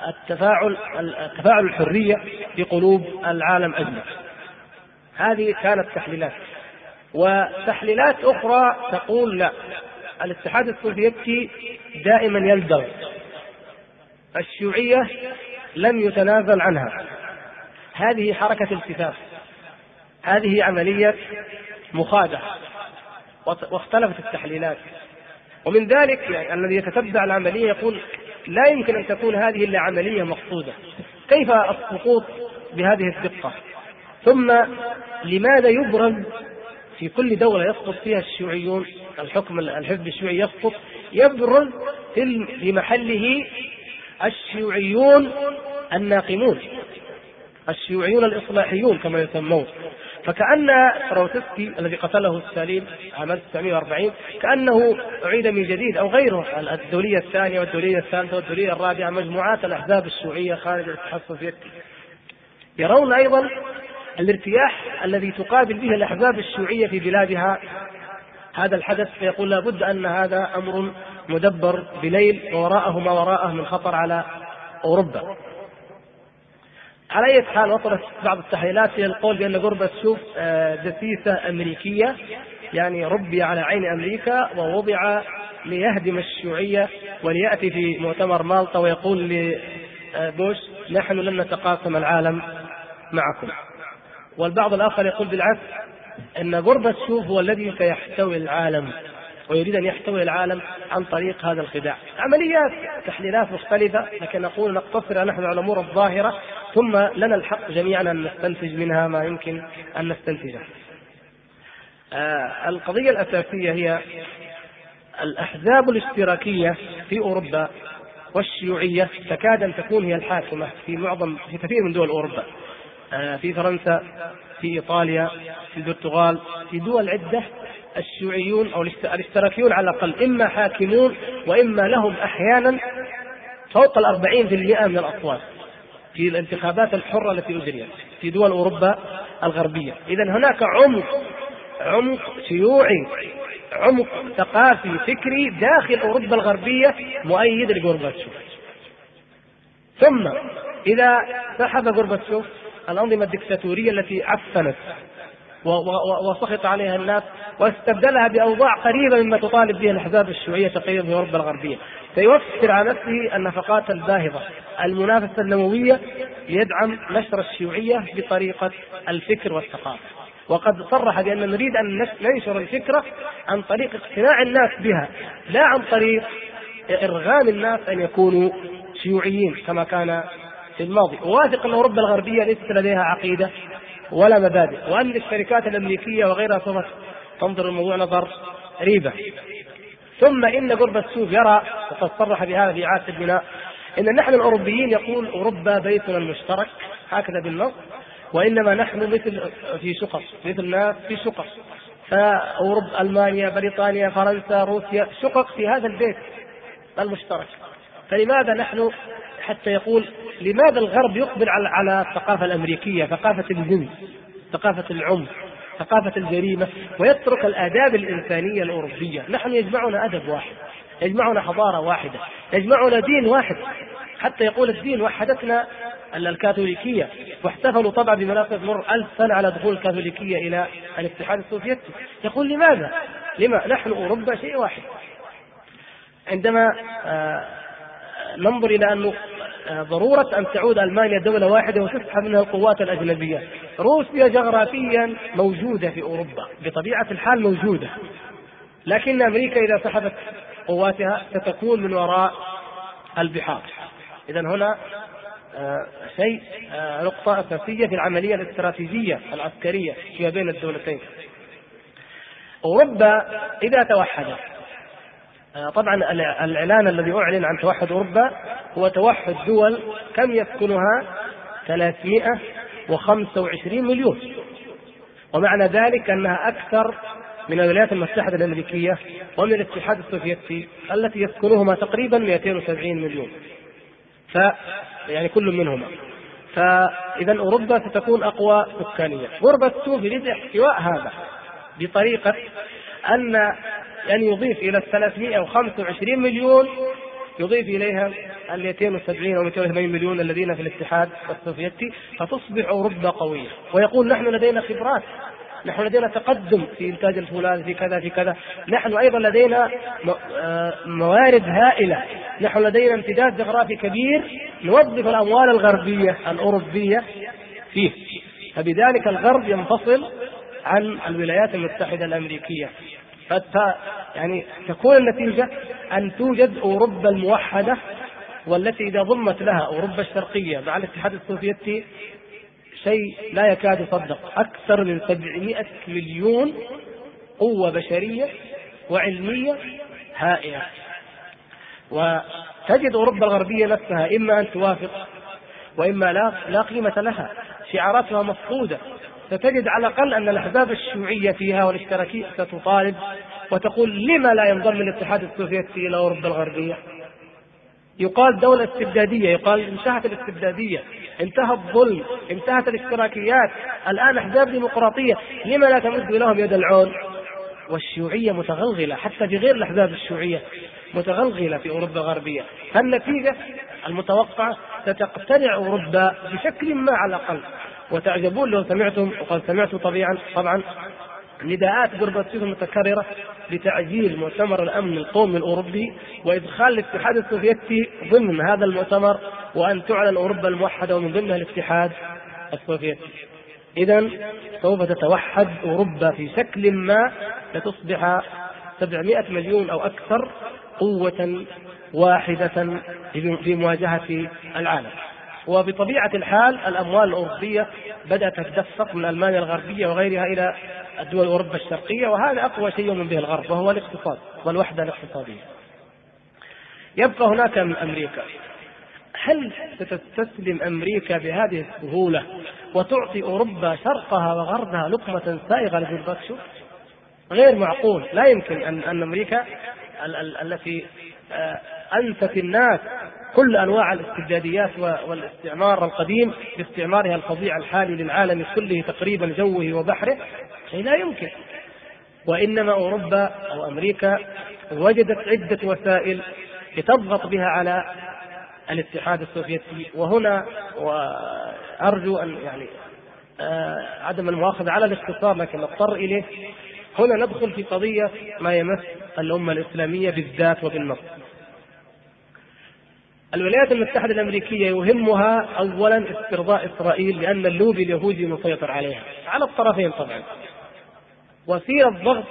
التفاعل التفاعل الحرية في قلوب العالم أجمع. هذه كانت تحليلات، وتحليلات أخرى تقول لا، الاتحاد السوفيتي دائما يلدغ الشيوعية، لم يتنازل عنها، هذه حركة التفاف، هذه عملية مخادعة، واختلفت التحليلات. ومن ذلك يعني الذي يتتبع العملية يقول لا يمكن أن تكون هذه إلا عملية مقصودة، كيف السقوط بهذه الدقة؟ ثم لماذا يبرز في كل دولة يسقط فيها الشيوعيون، الحكم الحزب الشيوعي يسقط، يبرز في محله الشيوعيون الناقمون، الشيوعيون الإصلاحيون كما يسمون. فكأن تروتسكي الذي قتله ستالين عام ألف وتسعمائة وأربعين كأنه أعيد من جديد، أو غيره، الدولية الثانية والدولية الثالثة والدولية الرابعة، مجموعات الأحزاب الشيوعية خارج الاتحاد السوفيتي. يرون أيضا الارتياح الذي تقابل به الأحزاب الشيوعية في بلادها هذا الحدث، فيقول لابد أن هذا أمر مدبر بليل ووراءه ما وراءه من خطر على أوروبا. على أي حال وصلت بعض التحليلات إلى القول بأن غورباتشوف دسيسة أمريكية، يعني ربي على عين أمريكا ووضع ليهدم الشيوعية، وليأتي في مؤتمر مالطا ويقول لبوش نحن لن نتقاسم العالم معكم. والبعض الآخر يقول بالعكس، أن غورباتشوف هو الذي سيحتوي العالم ويريد أن يحتوي العالم عن طريق هذا الخداع. عمليات تحليلات مختلفة، لكن نقول نقتصر نحن على الأمور الظاهرة، ثم لنا الحق جميعا أن نستنتج منها ما يمكن أن نستنتجه. آه القضية الأساسية هي الأحزاب الاشتراكية في أوروبا والشيوعية تكاد أن تكون هي الحاكمة في معظم في كثير من دول أوروبا، آه في فرنسا، في إيطاليا، في البرتغال، في دول عدة الشيوعيون أو الاشتراكيون على الأقل إما حاكمون وإما لهم أحيانا فوق الأربعين في المئة من الأصوات في الانتخابات الحرة التي أجريت في دول أوروبا الغربية. إذن هناك عمق عمق شيوعي، عمق ثقافي فكري داخل أوروبا الغربية مؤيد لغورباتشوف. ثم إذا سحب غورباتشوف الأنظمة الدكتاتورية التي عفنت وسخط عليها الناس واستبدلها بأوضاع قريبة مما تطالب به الأحزاب الشيوعية تقريبا في أوروبا الغربية، سيوفر على نفسه النفقات الباهظة المنافسة النموية ليدعم نشر الشيوعية بطريقة الفكر والثقافة. وقد صرح بأن نريد أن ننشر الفكرة عن طريق اقتناع الناس بها، لا عن طريق إرغام الناس أن يكونوا شيوعيين كما كان في الماضي. وواثق أن أوروبا الغربية ليست لديها عقيدة ولا مبادئ، وأن الشركات الأمريكية وغيرها سوف تنظر الموضوع نظر ريبة. ثم إن غورباتشوف يرى، وقد صرح بهذا في إعادة البناء، إن نحن الأوروبيين يقول أوروبا بيتنا المشترك هكذا بالنص، وإنما نحن مثل في شقق، مثل ناس في شقق، فأوروبا ألمانيا بريطانيا فرنسا روسيا شقق في هذا البيت المشترك. فلماذا نحن، حتى يقول لماذا الغرب يقبل على على الثقافة الأمريكية، ثقافة الجنس، ثقافة العنف، ثقافة الجريمة، ويترك الآداب الإنسانية الأوروبية؟ نحن يجمعنا أدب واحد، يجمعنا حضارة واحدة، يجمعنا دين واحد، حتى يقول الدين وحدتنا الكاثوليكية، واحتفلوا طبعا بمناسبة مر ألف سنة على دخول الكاثوليكية إلى الاتحاد السوفيتي. يقول لماذا؟ لما نحن أوروبا شيء واحد. عندما آه ننظر إلى أنه ضرورة أن تعود ألمانيا دولة واحدة وتسحب منها القوات الأجنبية، روسيا جغرافيا موجودة في أوروبا بطبيعة الحال موجودة، لكن أمريكا إذا سحبت قواتها ستكون من وراء البحار. إذن هنا آه شيء آه نقطة أساسية في العملية الاستراتيجية العسكرية فيما بين الدولتين. أوروبا إذا توحدت، طبعا الإعلان الذي أعلن عن توحد أوروبا هو توحد دول كم يسكنها ثلاثمائة وخمسة وعشرين مليون، ومعنى ذلك أنها أكثر من الولايات المتحدة الأمريكية ومن الاتحاد السوفيتي التي يسكنهما تقريبا مئتين وسبعين مليون، ف يعني كل منهما. فإذا أوروبا ستكون أقوى سكانيا. غورباتشوف يريد احتواء هذا بطريقة أن يعني يضيف إلى الثلاثمائة وخمسة وعشرين مليون، يضيف إليها ال مئتين وسبعين أو مئتين وثمانين مليون الذين في الاتحاد السوفيتي، فتصبح أوروبا قوية. ويقول نحن لدينا خبرات، نحن لدينا تقدم في إنتاج الفولاذ، في كذا في كذا، نحن أيضا لدينا موارد هائلة، نحن لدينا امتداد جغرافي كبير نوظف الأموال الغربية الأوروبية فيه. فبذلك الغرب ينفصل عن الولايات المتحدة الأمريكية، حتى يعني تكون النتيجة أن توجد أوروبا الموحدة، والتي إذا ضمت لها أوروبا الشرقية مع الاتحاد السوفيتي شيء لا يكاد يصدق، أكثر من سبعمائة مليون قوة بشرية وعلمية هائلة. وتجد أوروبا الغربية نفسها إما أن توافق وإما لا, لا قيمة لها، شعاراتها مفقودة. ستجد على الأقل أن الأحزاب الشيوعية فيها والاشتراكية ستطالب وتقول لما لا ينضم الاتحاد السوفيتي إلى أوروبا الغربية؟ يقال دولة استبدادية، يقال انتهت الاستبدادية، انتهى الظلم، انتهت الاشتراكيات، الآن أحزاب ديمقراطية، لما لا تمد لهم يد العون؟ والشيوعية متغلغلة حتى في غير الأحزاب الشيوعية، متغلغلة في أوروبا الغربية. فالنتيجة المتوقعة ستقتنع أوروبا بشكل ما على الأقل. وتعجبون لو سمعتم، وقد سمعتم طبيعا طبعا نداءات غورباتشوف المتكررة لتعجيل مؤتمر الأمن القومي الأوروبي وإدخال الاتحاد السوفيتي ضمن هذا المؤتمر، وأن تعلن أوروبا الموحدة ومن ضمنها الاتحاد السوفيتي. إذن سوف تتوحد أوروبا في شكل ما لتصبح سبعمائة مليون أو أكثر قوة واحدة في مواجهة العالم. وبطبيعة الحال الأموال الأوروبية بدأت تتدفق من ألمانيا الغربية وغيرها إلى الدول أوروبا الشرقية، وهذا أقوى شيء يؤمن به الغرب وهو الاقتصاد والوحدة الاقتصادية. يبقى هناك من أمريكا. هل ستستسلم أمريكا بهذه السهولة وتعطي أوروبا شرقها وغربها لقمة سائغة لغورباتشوف؟ غير معقول. لا يمكن أن, أن أمريكا التي أنست الناس كل أنواع الاستبداديات والاستعمار القديم باستعمارها الفظيع الحالي للعالم كله تقريبا جوه وبحره، شيء لا يمكن. وإنما أوروبا أو أمريكا وجدت عدة وسائل لتضغط بها على الاتحاد السوفيتي. وهنا وأرجو أن يعني آه عدم المؤاخذة على الاختصار لكن نضطر إليه، هنا ندخل في قضية ما يمس الأمة الإسلامية بالذات وبالنص. الولايات المتحدة الأمريكية يهمها أولا استرضاء إسرائيل لأن اللوبي اليهودي مسيطر عليها على الطرفين طبعا، وسير الضغط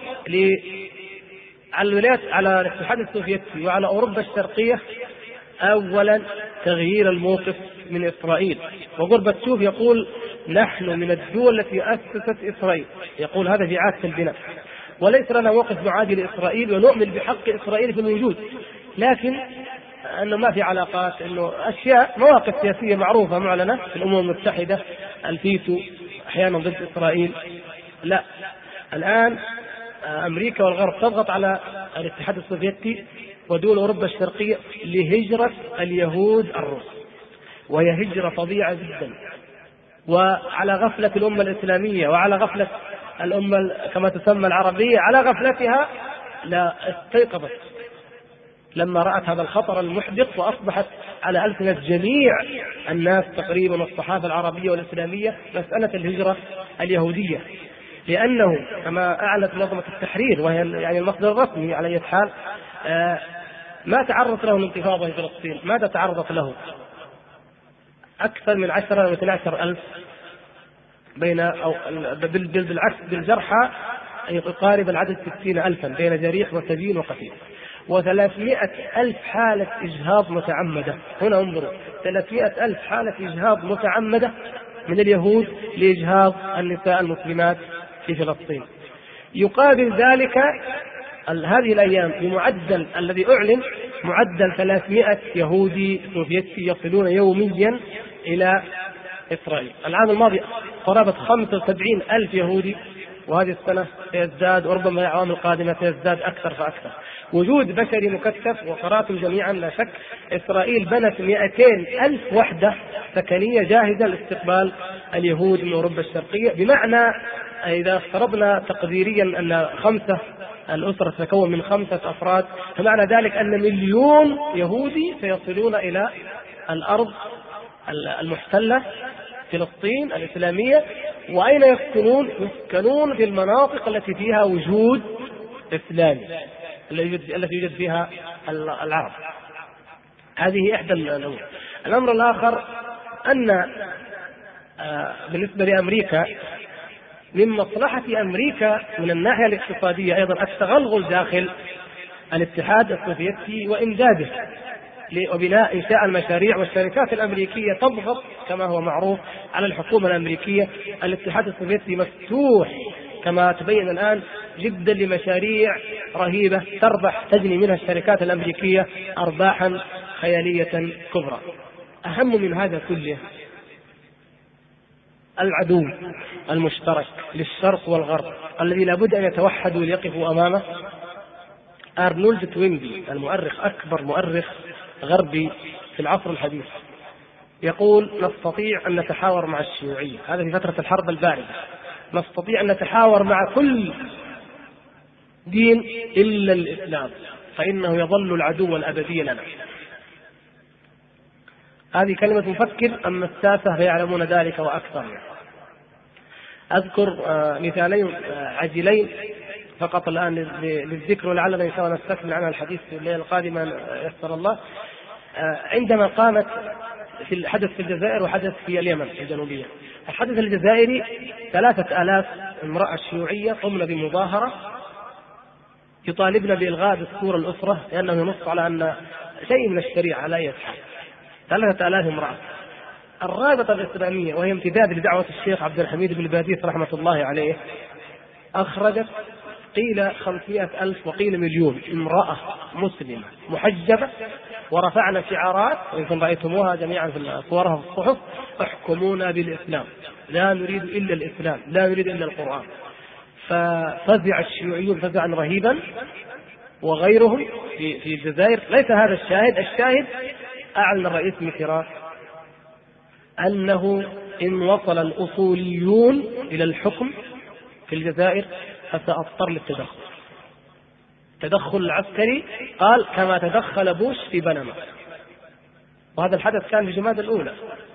على الولايات على الاتحاد السوفيتي وعلى أوروبا الشرقية أولا تغيير الموقف من إسرائيل. وغورباتشوف يقول نحن من الدول التي أسست إسرائيل، يقول هذا في عادة البناء، وليس لنا موقف معادي لإسرائيل ونؤمن بحق إسرائيل في الوجود، لكن أنه ما في علاقات، أنه أشياء مواقف سياسية معروفة معلنة في الأمم المتحدة، الفيتو أحيانا ضد إسرائيل. لا، الآن أمريكا والغرب تضغط على الاتحاد السوفيتي ودول أوروبا الشرقية لهجرة اليهود الروس، وهي هجرة فظيعة جدا، وعلى غفلة الأمة الإسلامية وعلى غفلة الأمة كما تسمى العربية، على غفلتها لا استيقظت لما رأت هذا الخطر المحدق، وأصبحت على ألسنة جميع الناس تقريبا والصحافة العربية والإسلامية مسألة الهجرة اليهودية، لأنه كما أعلنت منظمة التحرير وهي يعني المصدر الرسمي على أي حال آه ما تعرضت له الانتفاضة في فلسطين. ماذا تعرضت له؟ أكثر من عشرة أو اثني عشر ألف بين أو بالعكس بالجرحى يقارب العدد ستين ألفا بين جريح وسجين وقتيل، وثلاثمائة ألف حالة إجهاض متعمدة. هنا انظروا، ثلاثمائة ألف حالة إجهاض متعمدة من اليهود لإجهاض النساء المسلمات في فلسطين. يقابل ذلك هذه الأيام بمعدل الذي أعلن معدل ثلاثمائة يهودي سوفيتي يصلون يوميا إلى إسرائيل. العام الماضي قرابة خمسة وسبعين ألف يهودي، وهذه السنة سيزداد وربما الأعوام القادمة سيزداد أكثر فأكثر. وجود بشري مكثف، وقرأتم جميعا لا شك إسرائيل بنت مئتين ألف وحدة سكنية جاهزة لاستقبال اليهود من أوروبا الشرقية، بمعنى إذا افترضنا تقديريا أن خمسة الأسرة تتكون من خمسة أفراد، فمعنى ذلك أن مليون يهودي سيصلون إلى الأرض المحتلة فلسطين الإسلامية. وأين يسكنون؟ يسكنون في المناطق التي فيها وجود إسلامي التي يوجد فيها العرب. هذه إحدى الأمور. الأمر الآخر أن بالنسبة لأمريكا من مصلحة أمريكا من الناحية الاقتصادية أيضا التغلغل داخل الاتحاد السوفيتي وإمداده وبناء إنشاء المشاريع، والشركات الأمريكية تضغط كما هو معروف على الحكومة الأمريكية. الاتحاد السوفيتي مفتوح كما تبين الآن جدا لمشاريع رهيبة تربح تجني منها الشركات الأمريكية أرباحا خيالية كبرى. أهم من هذا كله العدو المشترك للشرق والغرب الذي لابد أن يتوحدوا ليقفوا أمامه. أرنولد توينبي المؤرخ، أكبر مؤرخ غربي في العصر الحديث، يقول نستطيع أن نتحاور مع الشيوعية، هذا في فترة الحرب الباردة، نستطيع أن نتحاور مع كل دين إلا الإسلام فإنه يظل العدو الأبدي لنا. هذه كلمة مفكر، أما الساسة فيعلمون ذلك وأكثر. أذكر مثالين عجلين فقط الآن للذكر، ولعلنا إن شاء الله نستكمل عنها الحديث في الليلة القادمة يسر الله. عندما قامت في الحدث في الجزائر وحدث في اليمن الجنوبية، الحدث الجزائري ثلاثة آلاف امرأة شيوعية قمنا بمظاهرة يطالبنا بإلغاء دستور الأسرة لأنه ينص على أن شيء من الشريعة لا يصح. ثلاثة آلاف امرأة. الرابطة الإسلامية وهي امتداد لدعوة الشيخ عبد الحميد بن باديس رحمة الله عليه أخرجت قيل خمسمائة ألف وقيل مليون امرأة مسلمة محجبة، ورفعنا شعارات ويمكن رأيتموها جميعا في صورها في الصحف: احكمونا بالإسلام، لا نريد إلا الإسلام، لا نريد إلا القرآن. ففزع الشيوعيون فزعا رهيبا وغيرهم في في الجزائر. ليس هذا الشاهد، الشاهد أعلن الرئيس ميتيران أنه إن وصل الأصوليون إلى الحكم في الجزائر فسأضطر للتدخل. التدخل العسكري قال كما تدخل بوش في بنما، وهذا الحدث كان في جمادى الأولى.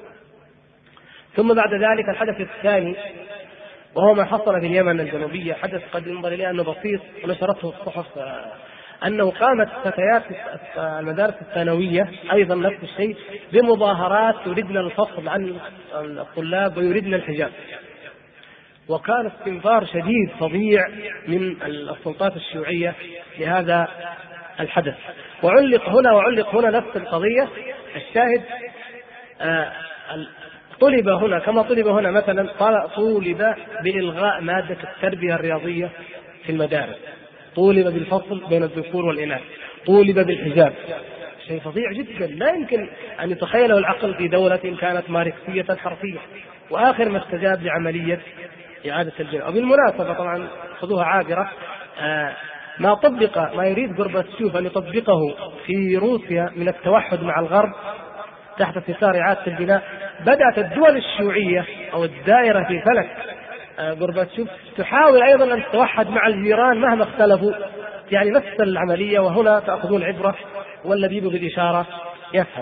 ثم بعد ذلك الحدث الثاني وهو ما حصل في اليمن الجنوبية، حدث قد ينظر إليه أنه بسيط ونشرته الصحف، أنه قامت فتيات المدارس الثانوية أيضا نفس الشيء بمظاهرات يريدن الفصل عن الطلاب ويريدن الحجاب، وكان استنفار شديد فظيع من السلطات الشيوعية لهذا الحدث. وعلق هنا وعلق هنا نفس القضية. الشاهد آه طلب هنا كما طلب هنا مثلا طولب بإلغاء مادة التربية الرياضية في المدارس، طولب بالفصل بين الذكور والإناث، طولب بالحجاب. شيء فظيع جدا لا يمكن أن يتخيله العقل في دولة كانت ماركسية حرفية. وآخر ما استجاب لعملية إعادة الجنة. وبالمناسبة طبعا خذوها عابرة، آه ما طبق ما يريد غورباتشوف أن يطبقه في روسيا من التوحد مع الغرب تحت ستار إعادة البناء، بدأت الدول الشيوعية أو الدائرة في فلك غورباتشوف تحاول أيضا أن تتوحد مع الجيران مهما اختلفوا، يعني نفس العملية. وهنا تأخذون العبرة واللبيب بالإشارة يفهم.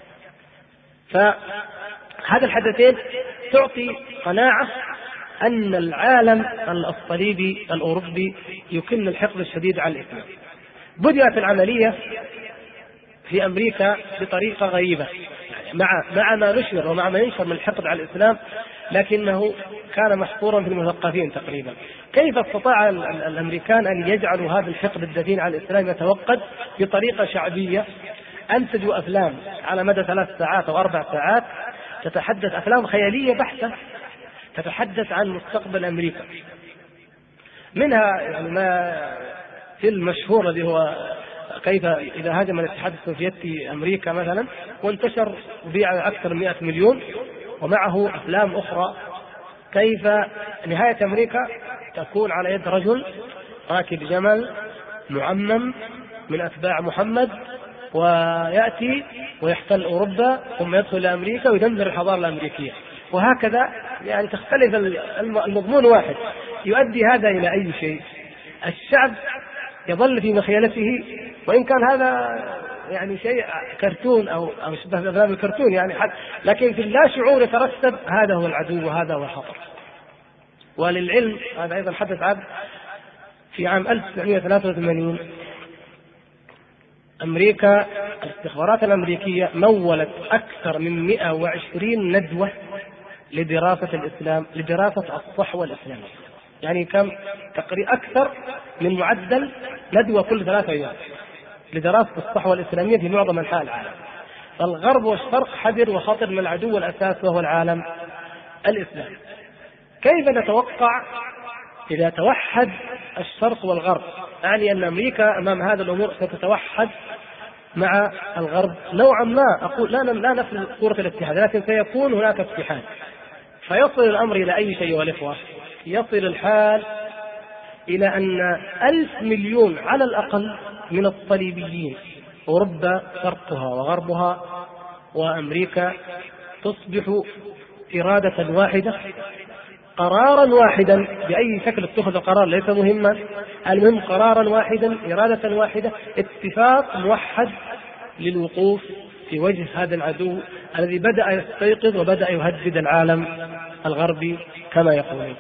فهذا الحدثين تعطي قناعة أن العالم الصليبي الأوروبي يكن الحقد الشديد على الإسلام. بدأت العملية في أمريكا بطريقة غريبة مع مع ما نشر ومع ما ينشر من الحقد على الإسلام، لكنه كان محصورا في المثقفين تقريبا. كيف استطاع الأمريكان أن يجعلوا هذا الحقد الدفين على الإسلام يتوقد بطريقة شعبية؟ أنتجوا أفلام على مدى ثلاث ساعات أو أربع ساعات تتحدث، أفلام خيالية بحتة تتحدث عن مستقبل أمريكا. منها يعني ما فيلم مشهور الذي هو كيف إذا هاجم الاتحاد السوفيتي أمريكا مثلا، وانتشر وبيع أكثر من مئة مليون. ومعه أفلام أخرى كيف نهاية أمريكا تكون على يد رجل راكب جمل معمم من أتباع محمد، ويأتي ويحتل أوروبا ثم يدخل إلى أمريكا ويدمر الحضارة الأمريكية. وهكذا يعني تختلف المضمون واحد. يؤدي هذا إلى أي شيء؟ الشعب يظل في مخيلته، وإن كان هذا يعني شيء كرتون أو أو شبه أفلام الكرتون يعني حد، لكن في اللا شعور يترتب هذا هو العدو وهذا هو الخطر. وللعلم هذا أيضا حدث عن في عام ألف وتسعمائة وثلاثة وثمانين أمريكا الاستخبارات الأمريكية مولت أكثر من مئة وعشرين ندوة لدراسة الإسلام، لدراسة الصحوة الإسلامية، يعني كم تقريبا أكثر من معدل ندوة كل ثلاثة أيام لدراسة الصحوة الإسلامية في معظم أنحاء العالم. فالغرب والشرق حذر وخطر من العدو الأساس وهو العالم الإسلامي. كيف نتوقع إذا توحد الشرق والغرب؟ يعني أن أمريكا أمام هذا الأمور ستتوحد مع الغرب نوعا ما، أقول لا لا نفس صورة الاتحاد، لكن سيكون هناك اتحاد، فيصل الأمر إلى أي شيء والإخوة؟ يصل الحال إلى أن ألف مليون على الأقل من الصليبيين أوروبا شرقها وغربها وأمريكا تصبح إرادة واحدة، قرارا واحدا، بأي شكل اتخذ القرار ليس مهما، المهم قرارا واحدا، إرادة واحدة، اتفاق موحد للوقوف في وجه هذا العدو الذي بدأ يستيقظ وبدأ يهدد العالم الغربي كما يقولون.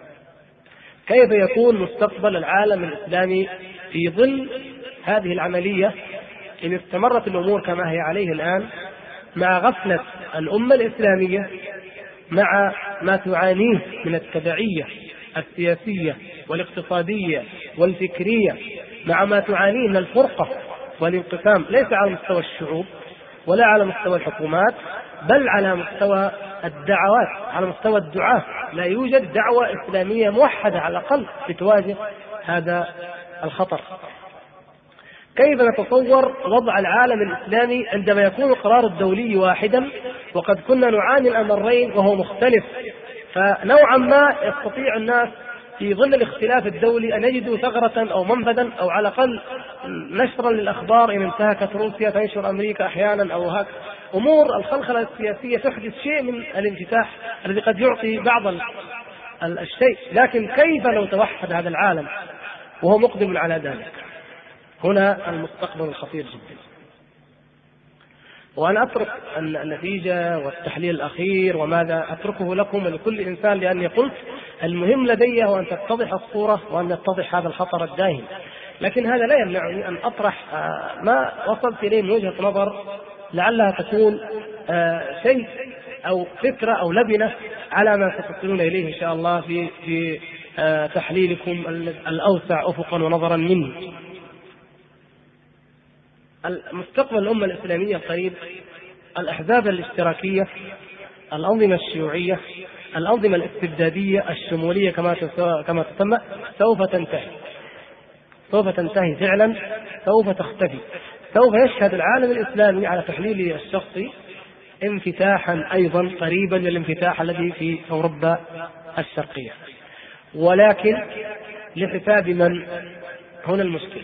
كيف يكون مستقبل العالم الإسلامي في ظل هذه العملية إن استمرت الأمور كما هي عليه الآن، مع غفلة الأمة الإسلامية، مع ما تعانيه من التبعية السياسية والاقتصادية والفكرية، مع ما تعانيه من الفرقة والانقسام ليس على مستوى الشعوب ولا على مستوى الحكومات، بل على مستوى الدعوات، على مستوى الدعاة. لا يوجد دعوة إسلامية موحدة على الأقل لتواجه هذا الخطر. كيف نتصور وضع العالم الإسلامي عندما يكون القرار الدولي واحدا وقد كنا نعاني الأمرين وهو مختلف؟ فنوعا ما يستطيع الناس في ظل الاختلاف الدولي أن يجدوا ثغرة أو منفذا أو على الأقل نشرا للأخبار إن انتهكت روسيا تنشر أمريكا أحيانا، أو هك أمور الخلخلة السياسية تحدث شيء من الانفتاح الذي قد يعطي بعض الشيء. لكن كيف لو توحد هذا العالم وهو مقدم على ذلك؟ هنا المستقبل الخطير جدا. وأنا أترك النتيجة والتحليل الأخير وماذا أتركه لكم ولكل إنسان، لأني قلت المهم لدي هو أن تتضح الصورة وأن يتضح هذا الخطر الداهم. لكن هذا لا يمنعني أن أطرح ما وصلت إليه من وجهة نظر لعلها تكون شيء أو فكرة أو لبنة على ما ستصلون إليه إن شاء الله في في تحليلكم الأوسع أفقا ونظرا مني. المستقبل الأمة الإسلامية القريب، الأحزاب الاشتراكية، الأنظمة الشيوعية، الأنظمة الاستبدادية الشمولية كما كما تسمى، سوف تنتهي، سوف تنتهي فعلا، سوف تختفي. سوف يشهد العالم الإسلامي على تحليله الشخصي انفتاحا أيضا قريبا للانفتاح الذي في أوروبا الشرقية، ولكن لحساب من؟ هنا المشكلة.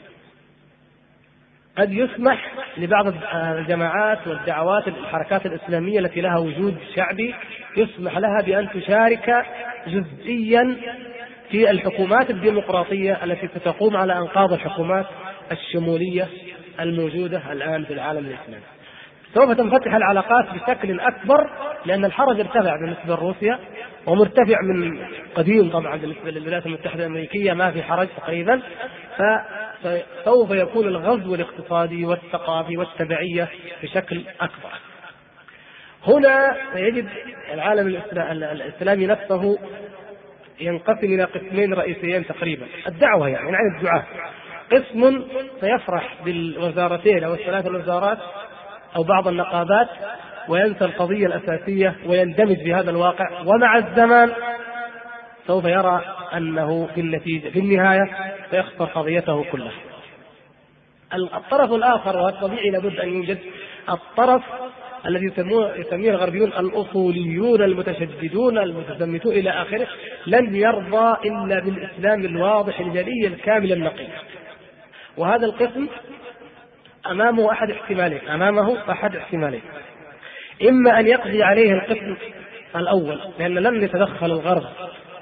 قد يسمح لبعض الجماعات والدعوات الحركات الإسلامية التي لها وجود شعبي، يسمح لها بأن تشارك جزئيا في الحكومات الديمقراطية التي ستقوم على أنقاض الحكومات الشمولية الموجودة الآن في العالم الإسلامي. سوف تنفتح العلاقات بشكل أكبر، لأن الحرج ارتفع بالنسبة لروسيا ومرتفع من قديم طبعا بالنسبة للولايات المتحدة الأمريكية، ما في حرج تقريبا. فسوف يكون الغزو الاقتصادي والثقافي والتبعية بشكل أكبر. هنا سيجد العالم الإسلامي نفسه ينقسم إلى قسمين رئيسيين تقريبا، الدعوة يعني عن الدعاء. قسم سيفرح بالوزارتين أو الثلاث الوزارات أو بعض النقابات وينسى القضية الأساسية ويندمج في هذا الواقع، ومع الزمان سوف يرى أنه في النتيجة في النهاية سيخسر قضيته كلها. الطرف الآخر، والطبيعي لابد أن يوجد الطرف الذي يسميه الغربيون الأصوليون المتشددون المتزمتون إلى آخره، لن يرضى إلا بالإسلام الواضح الجلي الكامل النقي. وهذا القسم أمامه أحد احتمالين أمامه أحد احتمالين إما أن يقضي عليه القسم الأول، لأن لن يتدخل الغرب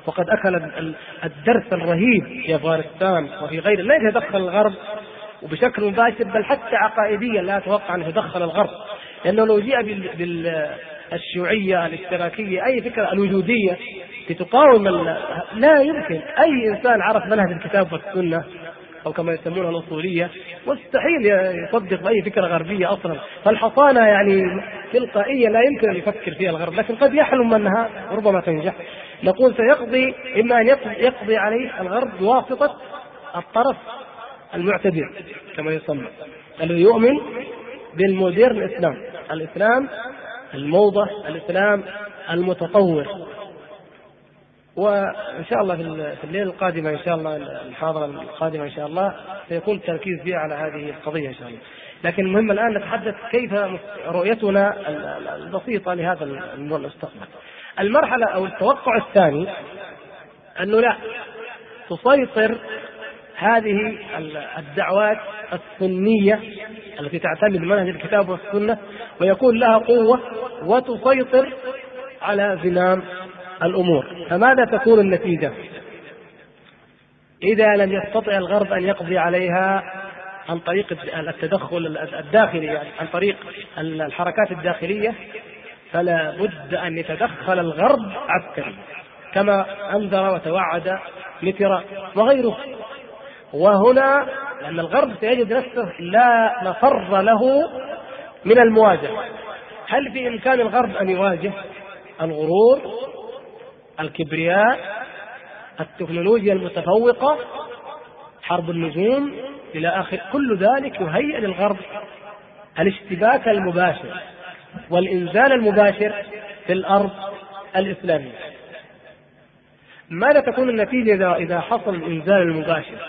وقد أكل الدرس الرهيب في أفغانستان وفي غيره. لا يتدخل الغرب وبشكل مباشر، بل حتى عقائديا لا أتوقع أن يتدخل الغرب، لأنه لو جاء بالشيوعية الاشتراكية أي فكرة الوجودية لتقاوم لا يمكن. أي إنسان عرف منهج الكتاب والسنة أو كما يسمونها الأصولية مستحيل يصدق بأي فكرة غربية أصلا. فالحصانة يعني تلقائية لا يمكن أن يفكر فيها الغرب، لكن قد يحلم أنها ربما تنجح. نقول سيقضي، إما أن يقضي عليه الغرب بواسطة الطرف المعتدل كما يسمى، الذي يؤمن بالمودرن الإسلام، الإسلام الموضة، الإسلام المتطور. وإن شاء الله في الليلة القادمة إن شاء الله، الحاضرة القادمة إن شاء الله سيكون التركيز فيها على هذه القضية إن شاء الله. لكن المهم الآن نتحدث كيف رؤيتنا البسيطة لهذا المستقبل. المرحلة أو التوقع الثاني أنه لا تسيطر هذه الدعوات السنية التي تعتمد منهج الكتاب والسنة ويكون لها قوة وتسيطر على زمام الأمور. فماذا تكون النتيجة إذا لم يستطع الغرب أن يقضي عليها عن طريق التدخل الداخلي، يعني عن طريق الحركات الداخلية؟ فلا بد أن يتدخل الغرب عسكريا كما أنذر وتوعد ميترا وغيره. وهنا لأن الغرب سيجد نفسه لا مفر له من المواجهة. هل في إمكان الغرب أن يواجه الغرور، الكبرياء، التكنولوجيا المتفوقة، حرب النجوم إلى آخر؟ كل ذلك يهيئ للغرب الاشتباك المباشر والإنزال المباشر في الأرض الإسلامية. ماذا تكون النتيجة إذا حصل الإنزال المباشر؟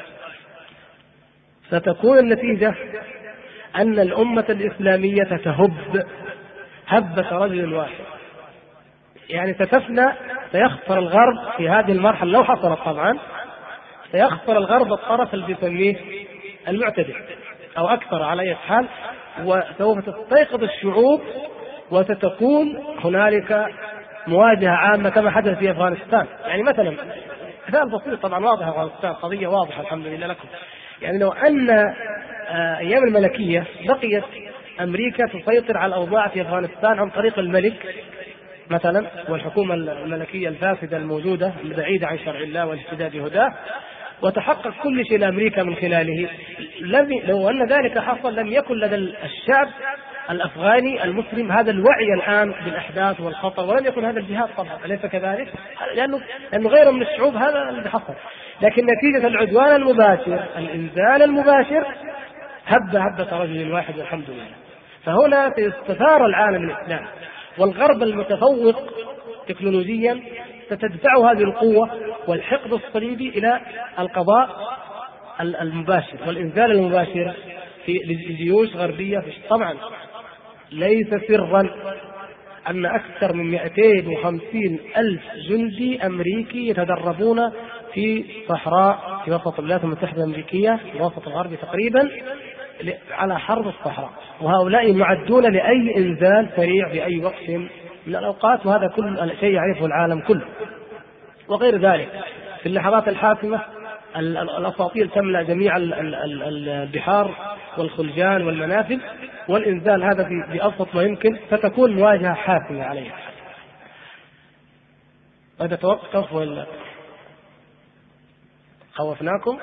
ستكون النتيجة أن الأمة الإسلامية تهب هبة رجل واحد، يعني ستفنى. سيخسر الغرب في هذه المرحلة لو حصلت طبعا، سيخسر الغرب الطرف اللي بيسميه المعتدل أو أكثر على أي حال، وسوف تستيقظ الشعوب وستكون هنالك مواجهة عامة كما حدث في أفغانستان. يعني مثلا مثال بسيط طبعا واضح، أفغانستان قضية واضحة الحمد لله لكم. يعني لو أن أيام الملكية بقيت أمريكا تسيطر على الأوضاع في أفغانستان عن طريق الملك مثلا والحكومة الملكية الفاسدة الموجودة البعيدة عن شرع الله والاهتداء بهداه، وتحقق كل شيء لأمريكا من خلاله، لو أن ذلك حصل لم يكن لدى الشعب الأفغاني المسلم هذا الوعي الآن بالأحداث والخطر، ولم يكن هذا الجهاد طبعا، أليس كذلك؟ لأنه, لأنه غيره من الشعوب هذا اللي حصل. لكن نتيجة العدوان المباشر، الإنزال المباشر، هب هبة رجل واحد والحمد لله. فهنا سيستثار العالم الإسلامي، والغرب المتفوق تكنولوجيا ستدفع هذه القوة والحقد الصليبي إلى القضاء المباشر والإنزال المباشر في جيوش غربية. طبعا ليس سرا أن أكثر من مئتين وخمسين ألف جندي أمريكي يتدربون في صحراء في وسط الولايات المتحدة الأمريكية في الوسط الغربي تقريبا على حرب الصحراء، وهؤلاء معدون لأي إنزال سريع في أي وقت من الأوقات، وهذا كل شيء يعرفه العالم كله. وغير ذلك في اللحظات الحاسمة الأساطيل تملأ جميع البحار والخلجان والمنافذ، والإنزال هذا بأبسط ما يمكن ستكون مواجهة حاسمة عليها. هذا توقف ولا خوفناكم؟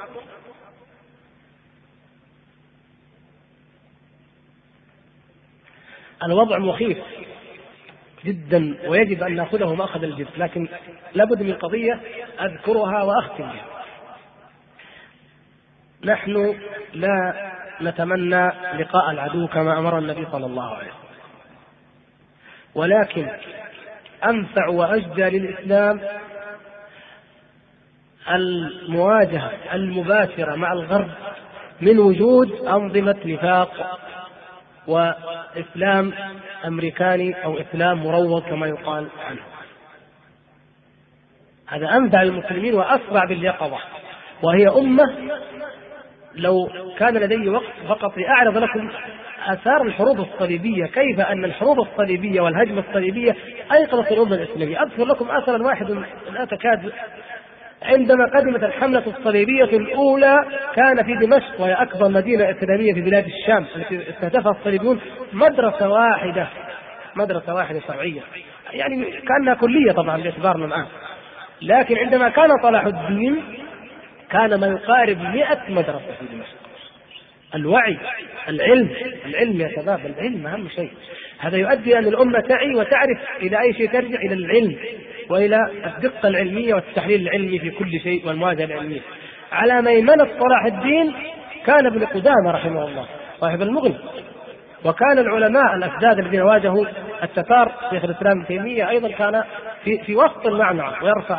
الوضع مخيف جدا ويجب أن نأخذه مأخذ الجد، لكن لابد من قضية أذكرها وأختم بها. نحن لا نتمنى لقاء العدو كما أمر النبي صلى الله عليه وسلم، ولكن أنفع وأجدى للإسلام المواجهة المباشرة مع الغرب من وجود أنظمة نفاق وإسلام أمريكاني أو إسلام مروض كما يقال عنه. هذا أنفع للمسلمين وأسرع باليقظة، وهي أمة لو كان لدي وقت فقط لأعرض لكم آثار الحروب الصليبية، كيف أن الحروب الصليبية والهجمة الصليبية أيقظت الأمة الإسلامية. أذكر لكم أثرا واحد لا تكاد. عندما قدمت الحملة الصليبية الأولى كان في دمشق، وهي أكبر مدينة إسلامية في بلاد الشام التي استهدفها الصليبيون، مدرسة واحدة مدرسة واحدة شرعية، يعني كأنها كلية طبعا باعتبارنا الآن. لكن عندما كان صلاح الدين كان ما يقارب مئة مدرسة في دمشق. الوعي، العلم العلم يا شباب، العلم أهم شيء. هذا يؤدي أن الأمة تعي وتعرف إلى أي شيء ترجع، إلى العلم وإلى الدقة العلمية والتحليل العلمي في كل شيء والمواجهة العلمية. على ميمنة صلاح الدين كان ابن قدامة رحمه الله صاحب المغني، وكان العلماء الأسداد الذين واجهوا التتار شيخ الإسلام ابن تيمية أيضا كان في, في وسط المعنى ويرفع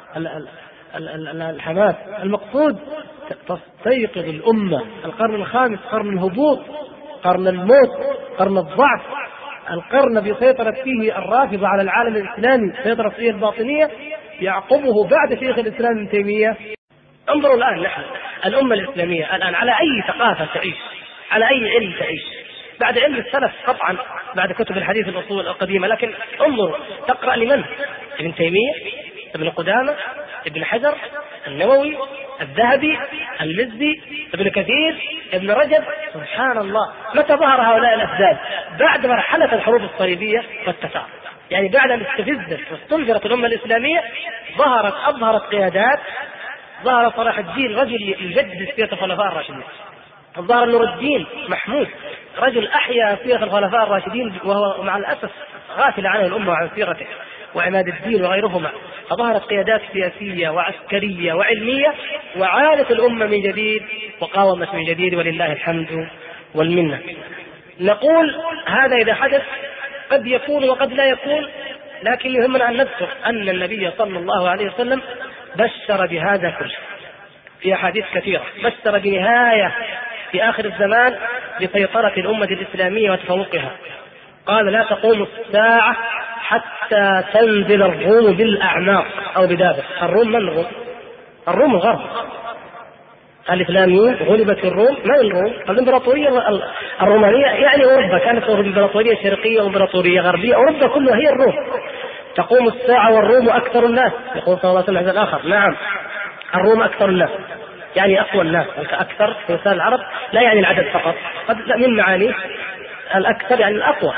الحماس. المقصود تستيقظ الأمة. القرن الخامس قرن الهبوط، قرن الموت، قرن الضعف، القرن بسيطرة فيه الرافضة على العالم الإسلامي، سيطرة فيه الباطنية، يعقبه بعد شيخ الإسلام ابن تيمية. انظروا الآن نحن الأمة الإسلامية الآن على أي ثقافة تعيش، على أي علم تعيش، بعد علم السلف قطعا، بعد كتب الحديث الأصول القديمة. لكن انظروا تقرأ لمن؟ ابن تيمية، ابن قدامة، ابن حجر، النووي، الذهبي، المزي، ابن كثير، ابن رجب. سبحان الله، متى ظهر هؤلاء الأسداد؟ بعد مرحلة الحروب الصليبية والتتار، يعني بعد أن استفزت واستنفرت الأمة الإسلامية ظهرت أظهرت قيادات. ظهر صلاح الدين رجل يجدد سيرة الخلفاء الراشدين، ظهر نور الدين محمود رجل أحيا سيرة الخلفاء الراشدين وهو مع الأسف غافل عنه الأمة وعن سيرته، وعماد الدين وغيرهما. فظهرت قيادات سياسية وعسكرية وعلمية وعادت الأمة من جديد وقاومت من جديد، ولله الحمد والمنة. نقول هذا إذا حدث قد يكون وقد لا يكون، لكن يهمنا أن نذكر أن النبي صلى الله عليه وسلم بشر بهذا كله في أحاديث كثيرة، بشر بنهاية في آخر الزمان بسيطرة الأمة الإسلامية وتفوقها. قال لا تقوم الساعة حتى تنزل الروم بالأعناق أو بدابة. الروم من الروم؟ الروم الغرب. ألف لام ميم غلبت الروم. من الروم؟ الإمبراطورية الرومانية، يعني أوروبا كانت إمبراطورية شرقية وإمبراطورية غربية، أوروبا كلها هي الروم. تقوم الساعة والروم أكثر الناس، يقول صلى الله عليه وسلم الآخر. نعم الروم أكثر الناس، يعني أقوى الناس. أكثر في لسان العرب لا يعني العدد فقط، قد من معاني الأكثر يعني الأقوى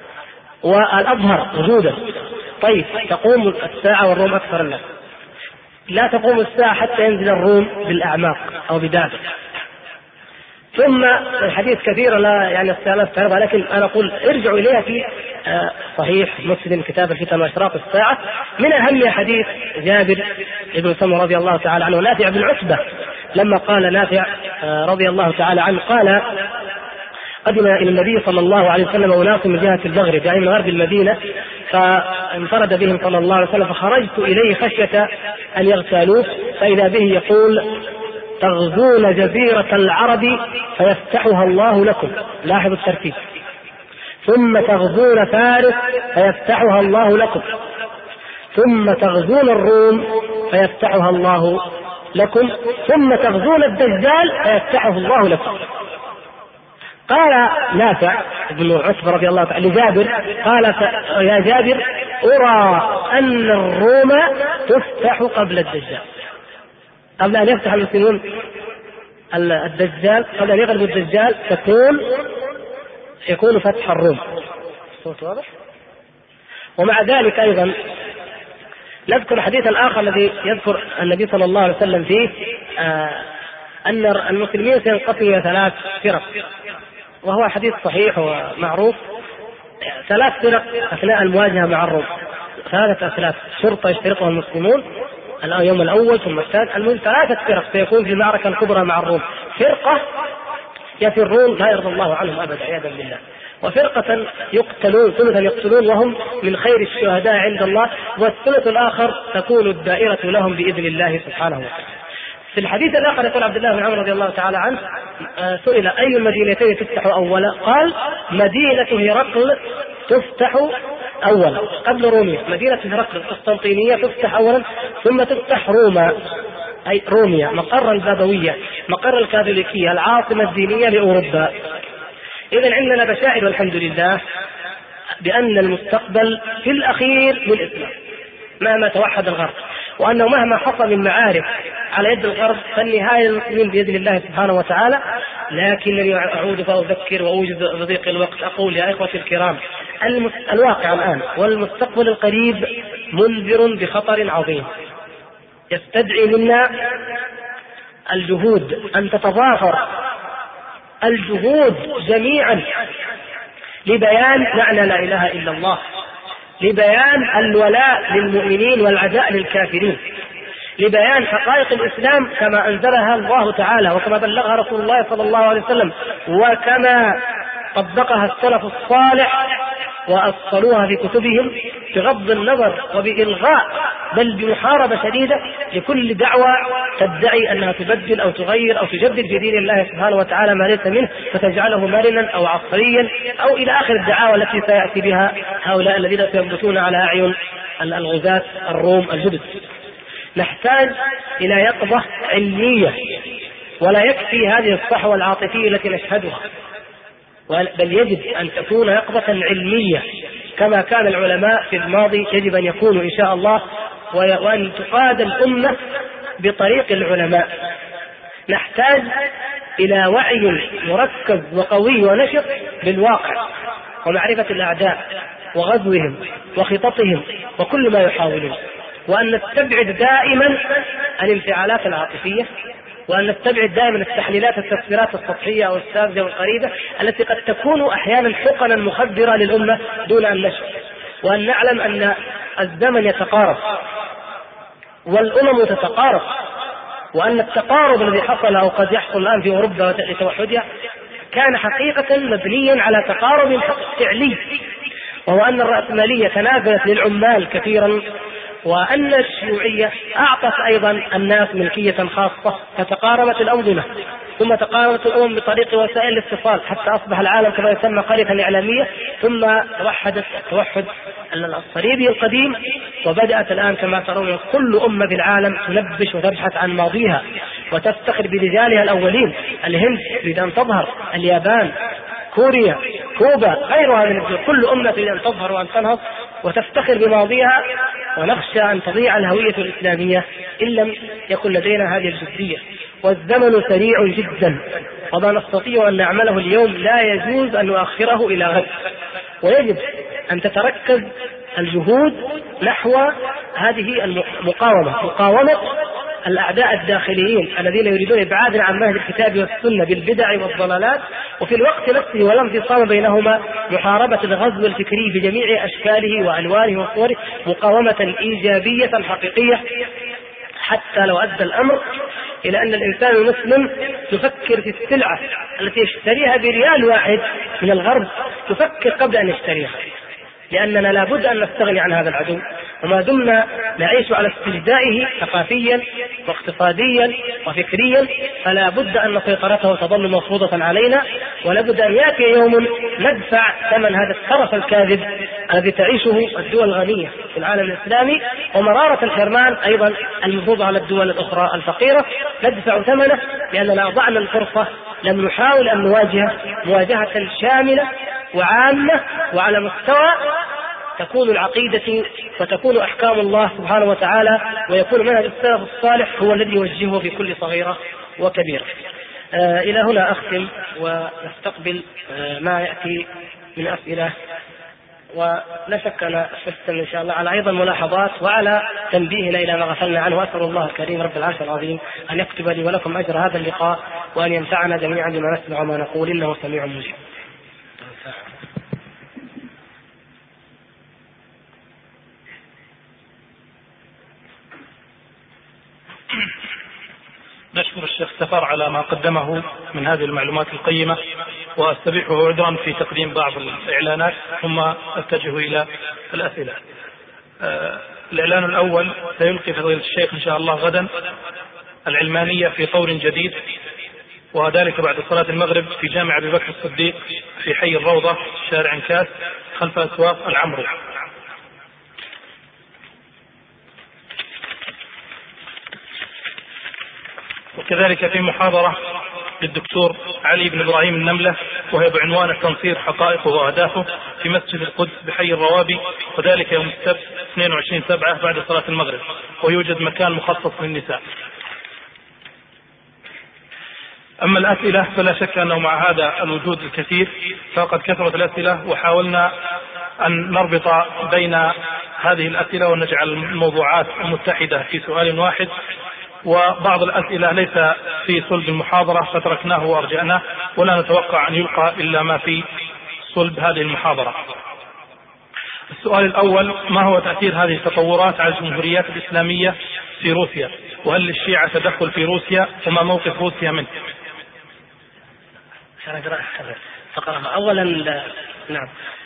والأظهر وجودا. طيب تقوم الساعة والروم أكثر الناس. لا تقوم الساعة حتى ينزل الروم بالأعماق أو بدابة. ثم الحديث كثير لا يعني السلف تعرضها، لكن أنا أقول ارجعوا إليها في صحيح مسلم كتاب الفتن وأشراط الساعة. من أهم حديث جابر بن سمرة رضي الله تعالى عنه، نافع بن عتبة لما قال نافع رضي الله تعالى عنه قال قدم إلى النبي صلى الله عليه وسلم أناس من جهة المغرب، يعني من غرب المدينة، فانفرد بهم صلى الله عليه وسلم، فخرجت إليه خشية أن يغتالوه، فإذا به يقول تغزون جزيرة العرب فيفتحها الله لكم. لاحظوا الترتيب. ثم تغزون فارس فيفتحها الله لكم، ثم تغزون الروم فيفتحها الله لكم، ثم تغزون الدجال فيفتحه الله لكم. قال نافع بن عتبة رضي الله تعالى لجابر قال يا جابر أرى أن الروم تفتح قبل الدجال، قبل أن يفتح المسلمون الدجال، قبل أن يغلب الدجال تكون يكون فتح الروم. صوت واضح؟ ومع ذلك أيضا نذكر حديثا آخر الذي يذكر النبي صلى الله عليه وسلم فيه آه أن المسلمين سينقسموا إلى ثلاث فرق، وهو حديث صحيح ومعروف. ثلاث فرق أثناء المواجهة مع الروم، ثلاثة أسلاف شرطة يشتركها المسلمون اليوم الأول ثم الثاني، المهم ثلاثة فرق سيكون في المعركة الكبرى مع الروم. فرقة يفرون لا يرضى الله عنهم أبدا عياذا بالله، وفرقة يقتلون ثلثا يقتلون وهم من خير الشهداء عند الله، والثلث الآخر تكون الدائرة لهم بإذن الله سبحانه وتعالى. في الحديث الآخر يقول عبد الله بن عمرو رضي الله تعالى عنه سئل أي المدينتين تفتح أولا؟ قال مدينة هرقل تفتح أولا قبل روميا. مدينة هرقل القسطنطينية تفتح أولا ثم تفتح روما أي روميا، مقر البابوية، مقر الكاثوليكية، العاصمة الدينية لأوروبا. إذن عندنا بشائر والحمد لله بأن المستقبل في الأخير للإسلام مهما توحد الغرب، وأنه مهما حصل من معارك على يد الغرب فالنهاية المسلمين بإذن الله سبحانه وتعالى. لكنني أعود فأذكر وأوجد بضيق الوقت أقول يا إخوتي الكرام، الواقع الآن والمستقبل القريب منذر بخطر عظيم يستدعي منا الجهود، أن تتضافر الجهود جميعا لبيان معنى لا إله إلا الله، لبيان الولاء للمؤمنين والعداء للكافرين، لبيان حقائق الإسلام كما أنزلها الله تعالى وكما بلغها رسول الله صلى الله عليه وسلم وكما طبقها السلف الصالح وأصلوها في كتبهم، بغض النظر وبإلغاء بل بمحاربة شديدة لكل دعوة تدعي أنها تبدل أو تغير أو تجدد في دين الله سبحانه وتعالى ما ليس منه فتجعله مرنا أو عصريا أو إلى آخر الدعاوى التي سيأتي بها هؤلاء الذين سينبتون على أعين الغزاة الروم الجدد. نحتاج إلى يقظة علمية، ولا يكفي هذه الصحوة العاطفية التي نشهدها، بل يجب أن تكون يقظة علمية كما كان العلماء في الماضي يجب أن يكونوا إن شاء الله، وأن تقاد الأمة بطريق العلماء. نحتاج إلى وعي مركز وقوي ونشط بالواقع ومعرفة الأعداء وغزوهم وخططهم وكل ما يحاولون، وأن نستبعد دائما الانفعالات العاطفية، وأن نستبعد دائما التحليلات التفسيرات السطحية أو الساذجة والقريبة التي قد تكون أحيانا حقنا مخدرة للأمة دون أن نشعر، وأن نعلم أن الزمن يتقارب والأمم تتقارب، وأن التقارب الذي حصل أو قد يحصل الآن في أوروبا لتوحدها كان حقيقة مبنيا على تقارب فعلي، وهو أن الرأسمالية تنازلت للعمال كثيرا، وأن الشيوعية أعطت أيضا الناس ملكية خاصة، فتقاربت الأنظمة ثم تقاربت الأمم بطريق وسائل الاتصال حتى أصبح العالم كما يسمى قرية إعلامية، ثم توحدت التوحد الصليبي القديم، وبدأت الآن كما ترون كل أمة في العالم تنبش وتبحث عن ماضيها وتفتخر برجالها الأولين. الهند تريد أن تظهر، اليابان، كوريا، كوبا، غيرها من الدول، كل أمة تريد أن تظهر وأن تنهض وتفتخر بماضيها، ونخشى أن تضيع الهوية الإسلامية إن لم يكن لدينا هذه الجدية. والزمن سريع جدا، وما نستطيع أن نعمله اليوم لا يجوز أن نؤخره إلى غد، ويجب أن تتركز الجهود نحو هذه المقاومة، مقاومة الأعداء الداخليين الذين يريدون إبعادنا عن منهج الكتاب والسنة بالبدع والضلالات، وفي الوقت نفسه ولا انفصام بينهما محاربة الغزو الفكري بجميع أشكاله وألوانه وصوره مقاومة إيجابية حقيقية، حتى لو أدى الأمر إلى أن الإنسان المسلم يفكر في السلعة التي يشتريها بريال واحد من الغرب تفكر قبل أن يشتريها، لأننا لابد أن نستغني عن هذا العدو، وما دمنا نعيش على استجدائه ثقافيا واقتصاديا وفكريا فلا بد أن سيطرته تظل مفروضة علينا، ولابد أن يأتي يوم ندفع ثمن هذا الترف الكاذب الذي تعيشه الدول الغنية في العالم الإسلامي، ومرارة الحرمان أيضا المفروض على الدول الأخرى الفقيرة، ندفع ثمنه لأننا أضعنا الفرصة، لم نحاول أن نواجه مواجهة شاملة وعامة وعلى مستوى تكون العقيدة وتكون أحكام الله سبحانه وتعالى، ويكون منهج السلف الصالح هو الذي يوجهه في كل صغيرة وكبيرة. آه إلى هنا أختم، ونستقبل آه ما يأتي من أسئلة، ولا شك أن أستمع إن شاء الله على أيضا ملاحظات وعلى تنبيهنا إلى ما غفلنا عنه. وأسأل الله الكريم رب العرش العظيم أن يكتب لي ولكم أجر هذا اللقاء، وأن ينفعنا جميعا بما نسمع وما نقول، إنه سميع مجيب. نشكر الشيخ سفر على ما قدمه من هذه المعلومات القيمة، واستبيحه عذرا في تقديم بعض الإعلانات ثم أتجه إلى الأسئلة. آه الإعلان الأول سيلقي فضيلة الشيخ إن شاء الله غدا العلمانية في طور جديد، وذلك بعد صلاة المغرب في جامع أبي بكر الصديق في حي الروضة شارع كاس خلف أسواق العمرو. وكذلك في محاضرة للدكتور علي بن إبراهيم النملة وهي بعنوان التنصير حقائقه وأهدافه في مسجد القدس بحي الروابي، وذلك يوم السبت اثنين وعشرين سبعة بعد صلاة المغرب، ويوجد مكان مخصص للنساء. أما الأسئلة فلا شك أنه مع هذا الوجود الكثير فقد كثرت الأسئلة، وحاولنا أن نربط بين هذه الأسئلة ونجعل الموضوعات متحدة في سؤال واحد، وبعض الأسئلة ليس في صلب المحاضرة فتركناه وأرجعناه، ولا نتوقع أن يلقى إلا ما في صلب هذه المحاضرة. السؤال الأول: ما هو تأثير هذه التطورات على الجمهوريات الإسلامية في روسيا؟ وهل للشيعة تدخل في روسيا؟ وما موقف روسيا منه؟ فقرة أولا نعم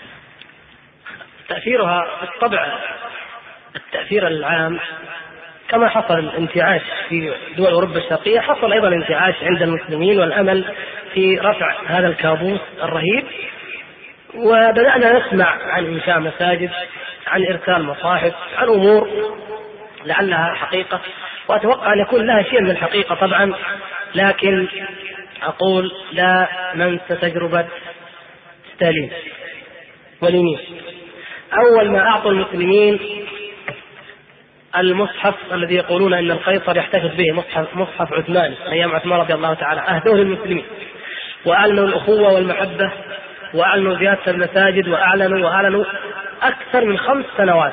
تأثيرها بالطبع التأثير العام كما حصل الانتعاش في دول أوروبا الشرقية، حصل أيضا انتعاش عند المسلمين والأمل في رفع هذا الكابوس الرهيب، وبدأنا نسمع عن إنشاء مساجد، عن إرسال مصاحف، عن أمور لعلها حقيقة، وأتوقع أن يكون لها شيء من الحقيقة طبعا، لكن أقول لا ننسى تجربة ستالين ولينين. أول ما أعطوا المسلمين المصحف الذي يقولون أن القيصر يحتفظ به، مصحف, مصحف عثمان أيام عثمان رضي الله تعالى، أهدوه للمسلمين وأعلنوا الأخوة والمحبة وأعلنوا زيادة المساجد وأعلنوا وأعلنوا أكثر من خمس سنوات،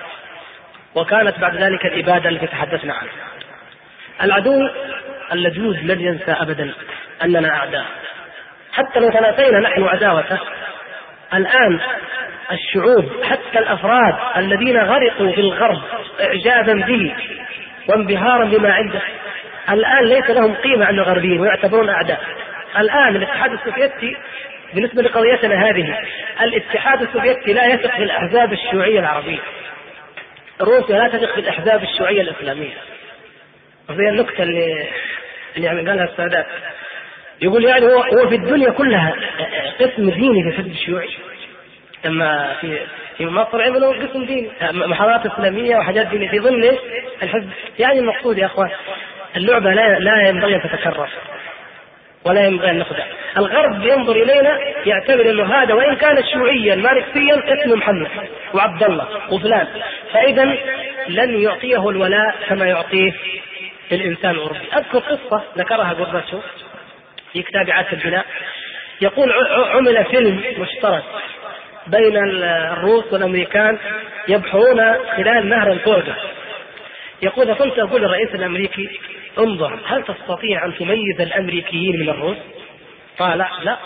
وكانت بعد ذلك الإبادة التي تحدثنا عنها. العدو اللدود لن ينسى أبدا أننا أعداء، حتى لو تناسينا نحن عداوته. الآن الشعوب حتى الأفراد الذين غرقوا في الغرب إعجابا به وانبهارا بما عنده الآن ليس لهم قيمة عند الغربيين ويعتبرون أعداء. الآن الاتحاد السوفيتي بالنسبة لقضيتنا هذه، الاتحاد السوفيتي لا يثق بالأحزاب الشيوعية العربية، روسيا لا تثق بالأحزاب الشيوعية الإسلامية. وهي النكتة اللي اللي قالها السادات، يقول يعني هو هو في الدنيا كلها قسم ديني في الحزب الشيوعي، لما في في مصر عملوا قسم ديني محاضرات إسلامية وحاجات دينية في ضمن الحزب. يعني المقصود يا أخوان اللعبة لا لا ينبغي أن تتكرر ولا ينبغي أن نخدع. الغرب ينظر إلينا يعتبر أنه هذا وإن كان شيوعيا ماركسيا اسمه محمد وعبد الله وفلان، فإذا لن يعطيه الولاء كما يعطيه الإنسان الأوروبي. أذكر قصة ذكرها غورباتشوف في كتاب إعادة البناء، يقول عمل فيلم مشترك بين الروس والأمريكان يبحرون خلال نهر الفولغا. يقول كنت أقول للرئيس الأمريكي انظر هل تستطيع أن تميز الأمريكيين من الروس؟ قال لا لا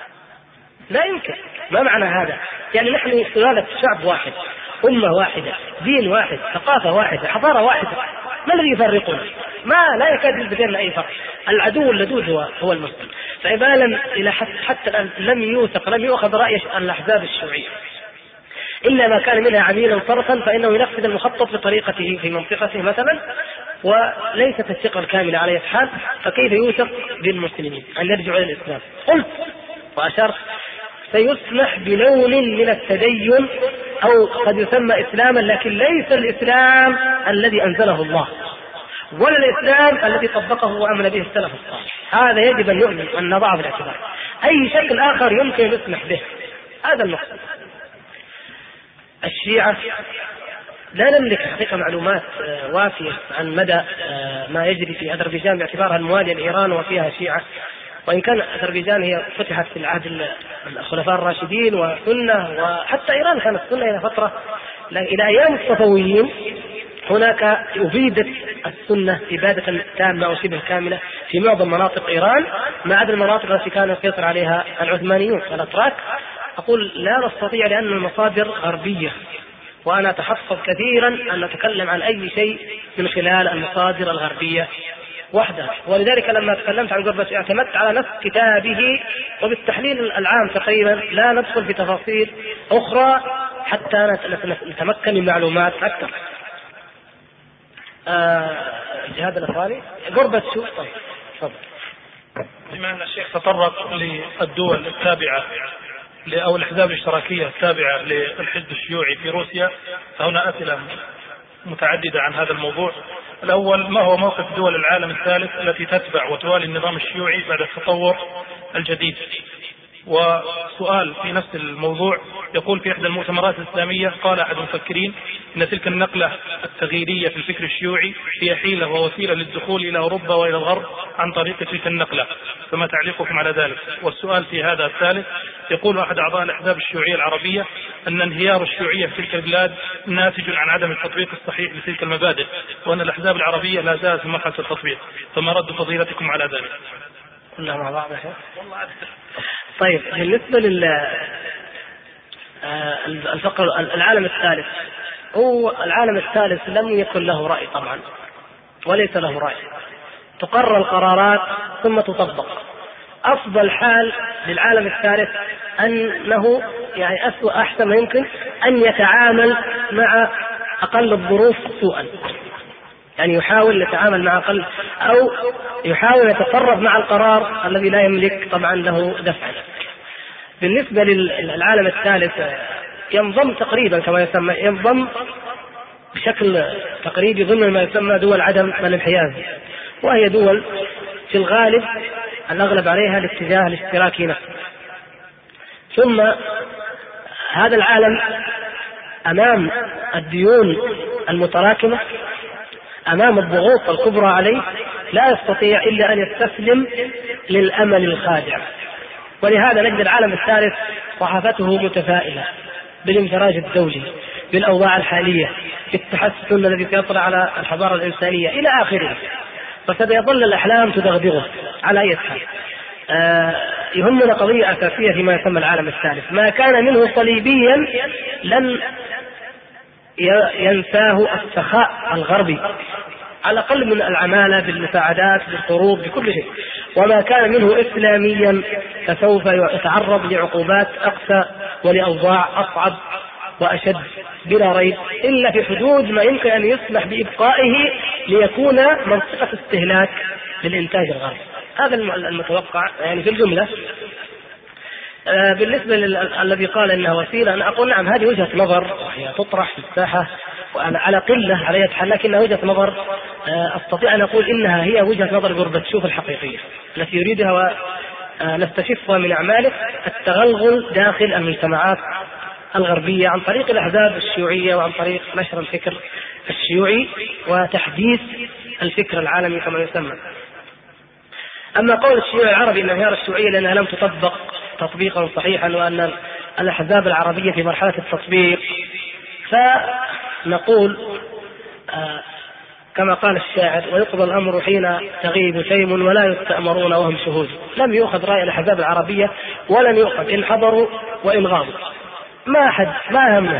لا يمكن. ما معنى هذا؟ يعني نحن سلالة شعب واحد، أمة واحدة، دين واحد، ثقافة واحدة، حضارة واحدة، ما الذي يفرقنا؟ ما لا يكاد يوجد بيننا أي فرق. العدو اللدود هو هو المسلم. فعبالا إلى حتى الآن لم يوثق لم يؤخذ رأي الأحزاب الشيوعية إلا ما كان منها عميلا صرفا فإنه ينفذ المخطط بطريقته في منطقته مثلا، وليست الثقة الكاملة على حال. فكيف يوثق بالمسلمين أن يرجعوا إلى الإسلام؟ قلت وأشرت سيسمح بلون من التدين أو قد يسمى إسلاما، لكن ليس الإسلام الذي أنزله الله ولا الإسلام الذي طبقه وعمل به السلف الصالح. هذا يجب أن يؤمن أن نضعه في الاعتبار. أي شكل آخر يمكن أن يسمح به. هذا المقصود. الشيعة لا نملك حقيقة معلومات وافية عن مدى ما يجري في أذربيجان باعتبارها الموالية لإيران وفيها شيعة، وإن كان أذربيجان هي فتحت في العهد الخلفاء الراشدين وسنة، وحتى إيران كانت سنة إلى فترة، إلى أيام الصفويين هناك أبيدت السنة إبادة تامة وشبه كاملة في معظم مناطق إيران ما عدا المناطق التي كان يسيطر عليها العثمانيون الأتراك. أقول لا نستطيع لأن المصادر غربية، وأنا أتحفظ كثيرا أن نتكلم عن أي شيء من خلال المصادر الغربية وحدها. ولذلك لما تكلمت عن غورباتشوف اعتمدت على نفس كتابه وبالتحليل العام تقريبا، لا ندخل في تفاصيل أخرى حتى نتمكن من معلومات أكثر. الجهاد الأفغاني غورباتشوف طيب. بما أن الشيخ تطرق للدول التابعة أو الأحزاب الاشتراكية التابعة للحزب الشيوعي في روسيا، فهنا أسئلة متعددة عن هذا الموضوع. الأول: ما هو موقف دول العالم الثالث التي تتبع وتوالي النظام الشيوعي بعد التطور الجديد؟ وسؤال في نفس الموضوع يقول: في إحدى المؤتمرات الإسلامية قال أحد المفكرين إن تلك النقلة التغييرية في الفكر الشيوعي هي حيلة ووسيلة للدخول إلى أوروبا وإلى الغرب عن طريق تلك النقلة، فما تعليقكم على ذلك؟ والسؤال في هذا الثالث يقول أحد أعضاء الأحزاب الشيوعية العربية أن انهيار الشيوعية في تلك البلاد ناتج عن عدم التطبيق الصحيح لتلك المبادئ، وأن الأحزاب العربية لا زالت في مرحلة التطبيق، فما رد فضيلتكم على ذلك؟ كلها مع بعض. طيب، بالنسبة لل الفقر العالم الثالث، هو العالم الثالث لم يكن له رأي طبعا، وليس له رأي. تقرر القرارات ثم تطبق. أفضل حال للعالم الثالث أنه يعني أسوأ أحسن ما يمكن أن يتعامل مع أقل الظروف سوءا، يعني يحاول يتعامل مع أقل أو يحاول يتقرب مع القرار الذي لا يملك طبعا له دفع. بالنسبة للعالم الثالث ينضم تقريبا كما يسمى ينضم بشكل تقريبي ضمن ما يسمى دول عدم الانحياز، وهي دول في الغالب الأغلب عليها الاتجاه الاشتراكي نفسه. ثم هذا العالم أمام الديون المتراكمة، أمام الضغوط الكبرى عليه، لا يستطيع إلا أن يستسلم للأمل الخادع. ولهذا نجد العالم الثالث صحافته متفائلة بالانفراج الدولي، بالأوضاع الحالية، بالتحسن الذي سيطلع على الحضارة الإنسانية إلى آخره، فسيظل الأحلام تدغدغه على أي حال. آه يهمنا قضية أساسية فيما يسمى العالم الثالث: ما كان منه صليبيا لن ينساه السخاء الغربي، على الأقل من العمالة بالمساعدات بالقروض بكل شيء، وما كان منه إسلاميا فسوف يتعرض لعقوبات أقسى ولأوضاع أصعب وأشد بلا ريب، إلا في حدود ما يمكن أن يسمح بإبقائه ليكون منطقة استهلاك للإنتاج الغربي. هذا المتوقع يعني في الجملة. آه بالنسبة للذي قال إنها وسيلة، أنا أقول نعم، هذه وجهة نظر وهي تطرح في الساحة على قلة على يد حال، لكنها وجهة نظر آه أستطيع أن أقول إنها هي وجهة نظر غورباتشوف الحقيقية التي يريدها ونستشفها من أعماله التغلغل داخل المجتمعات الغربية عن طريق الأحزاب الشيوعية وعن طريق نشر الفكر الشيوعي وتحديث الفكر العالمي كما يسمى. أما قول الشيوعي العربي إن انهيار الشيوعية لأنها لم تطبق تطبيقا صحيحا وأن الأحزاب العربية في مرحلة التطبيق، فنقول آه كما قال الشاعر: ويقضى الأمر حين تغيب شيم ولا يستأمرون وهم شهود. لم يؤخذ رأي الأحزاب العربية ولن يؤخذ إن حضروا وإن غابوا، ما أحد ما همه.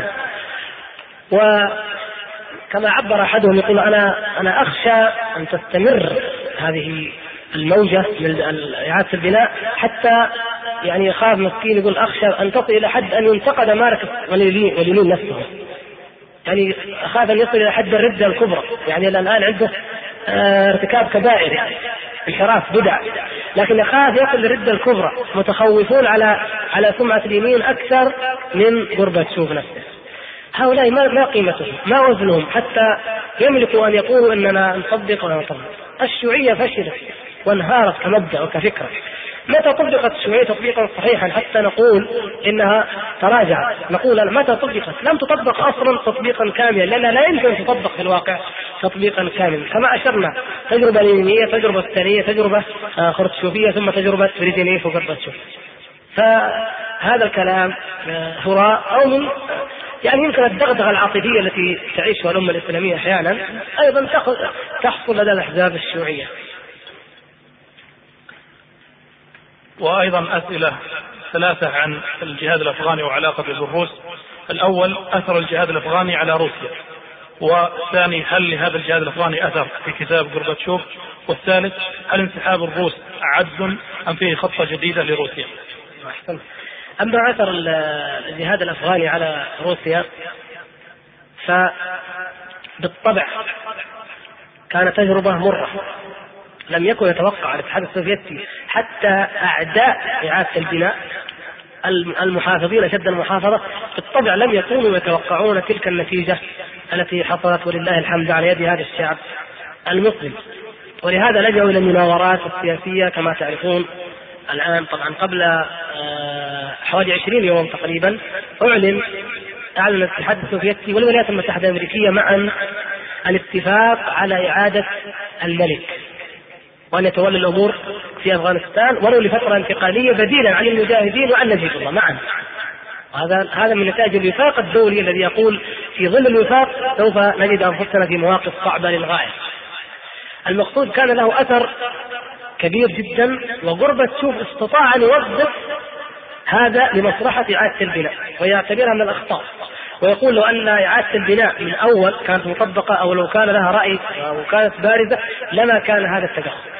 وكما عبر أحدهم يقول: أنا أنا أخشى أن تستمر هذه الموجة من إعادة البناء حتى يعني يخاف مسكين، يقول أخشى أن تصل إلى حد أن ينتقد ماركس ولينين نفسه، يعني أخاف أن يصل إلى حد الردة الكبرى، يعني الآن عنده اه ارتكاب كبائر يعني انحراف بدع، لكن يخاف يصل للردة الكبرى، متخوفون على على سمعة اليمين أكثر من غورباتشوف نفسه. هؤلاء ما ما قيمتهم ما وزنهم حتى يملكوا أن يقولوا إننا نطبق ولا نطبق. الشيوعية فشلت وانهارت كمبدأ وكفكرة. متى طبقت الشيوعية تطبيقا صحيحا حتى نقول إنها تراجعت؟ نقول متى طبقت؟ لم تطبق أصلا تطبيقا كاملا، لأنها لا يمكن أن تطبق في الواقع تطبيقا كاملا. كما أشرنا، تجربة لينينية، تجربة ستالينية، تجربة خروتشوفية، ثم تجربة بريزينيف وغورباتشوف. فهذا الكلام هراء أو من يعني يمكن الدغدغة العاطفية التي تعيشها الأمة الإسلامية أحيانا أيضا تحصل لدى الأحزاب الشيوعية. وأيضا أسئلة ثلاثة عن الجهاد الأفغاني وعلاقة بالروس. الأول: أثر الجهاد الأفغاني على روسيا. والثاني: هل لهذا الجهاد الأفغاني أثر في كتاب غورباتشوف؟ والثالث: هل انسحاب الروس عجز أم فيه خطة جديدة لروسيا؟ أما أثر الجهاد الأفغاني على روسيا فبالطبع كانت تجربة مرة، لم يكن يتوقع الاتحاد السوفيتي حتى أعداء إعادة البناء المحافظين شد المحافظة بالطبع لم يكونوا يتوقعون تلك النتيجة التي حصلت ولله الحمد على يد هذا الشعب المسلم. ولهذا لجأوا إلى المناورات السياسية كما تعرفون الآن. طبعا قبل حوالي عشرين يوم تقريبا أعلن أعلن الاتحاد السوفيتي والولايات المتحدة الأمريكية معا الاتفاق على إعادة الملك وأن يتولى الأمور في أفغانستان ولو لفترة انتقالية بديلا عن المجاهدين وعن نجيب الله معا. هذا هذا من نتائج الوفاق الدولي الذي يقول في ظل الوفاق سوف نجد أنفسنا في مواقف صعبة للغاية. المقصود كان له أثر كبير جدا، وغربتشوف استطاع أن يوظف هذا لمصلحة إعادة البناء ويعتبرها من الأخطاء، ويقول لو أن إعادة البناء من أول كانت مطبقة أو لو كان لها رأي أو كانت بارزة لما كان هذا التدخل.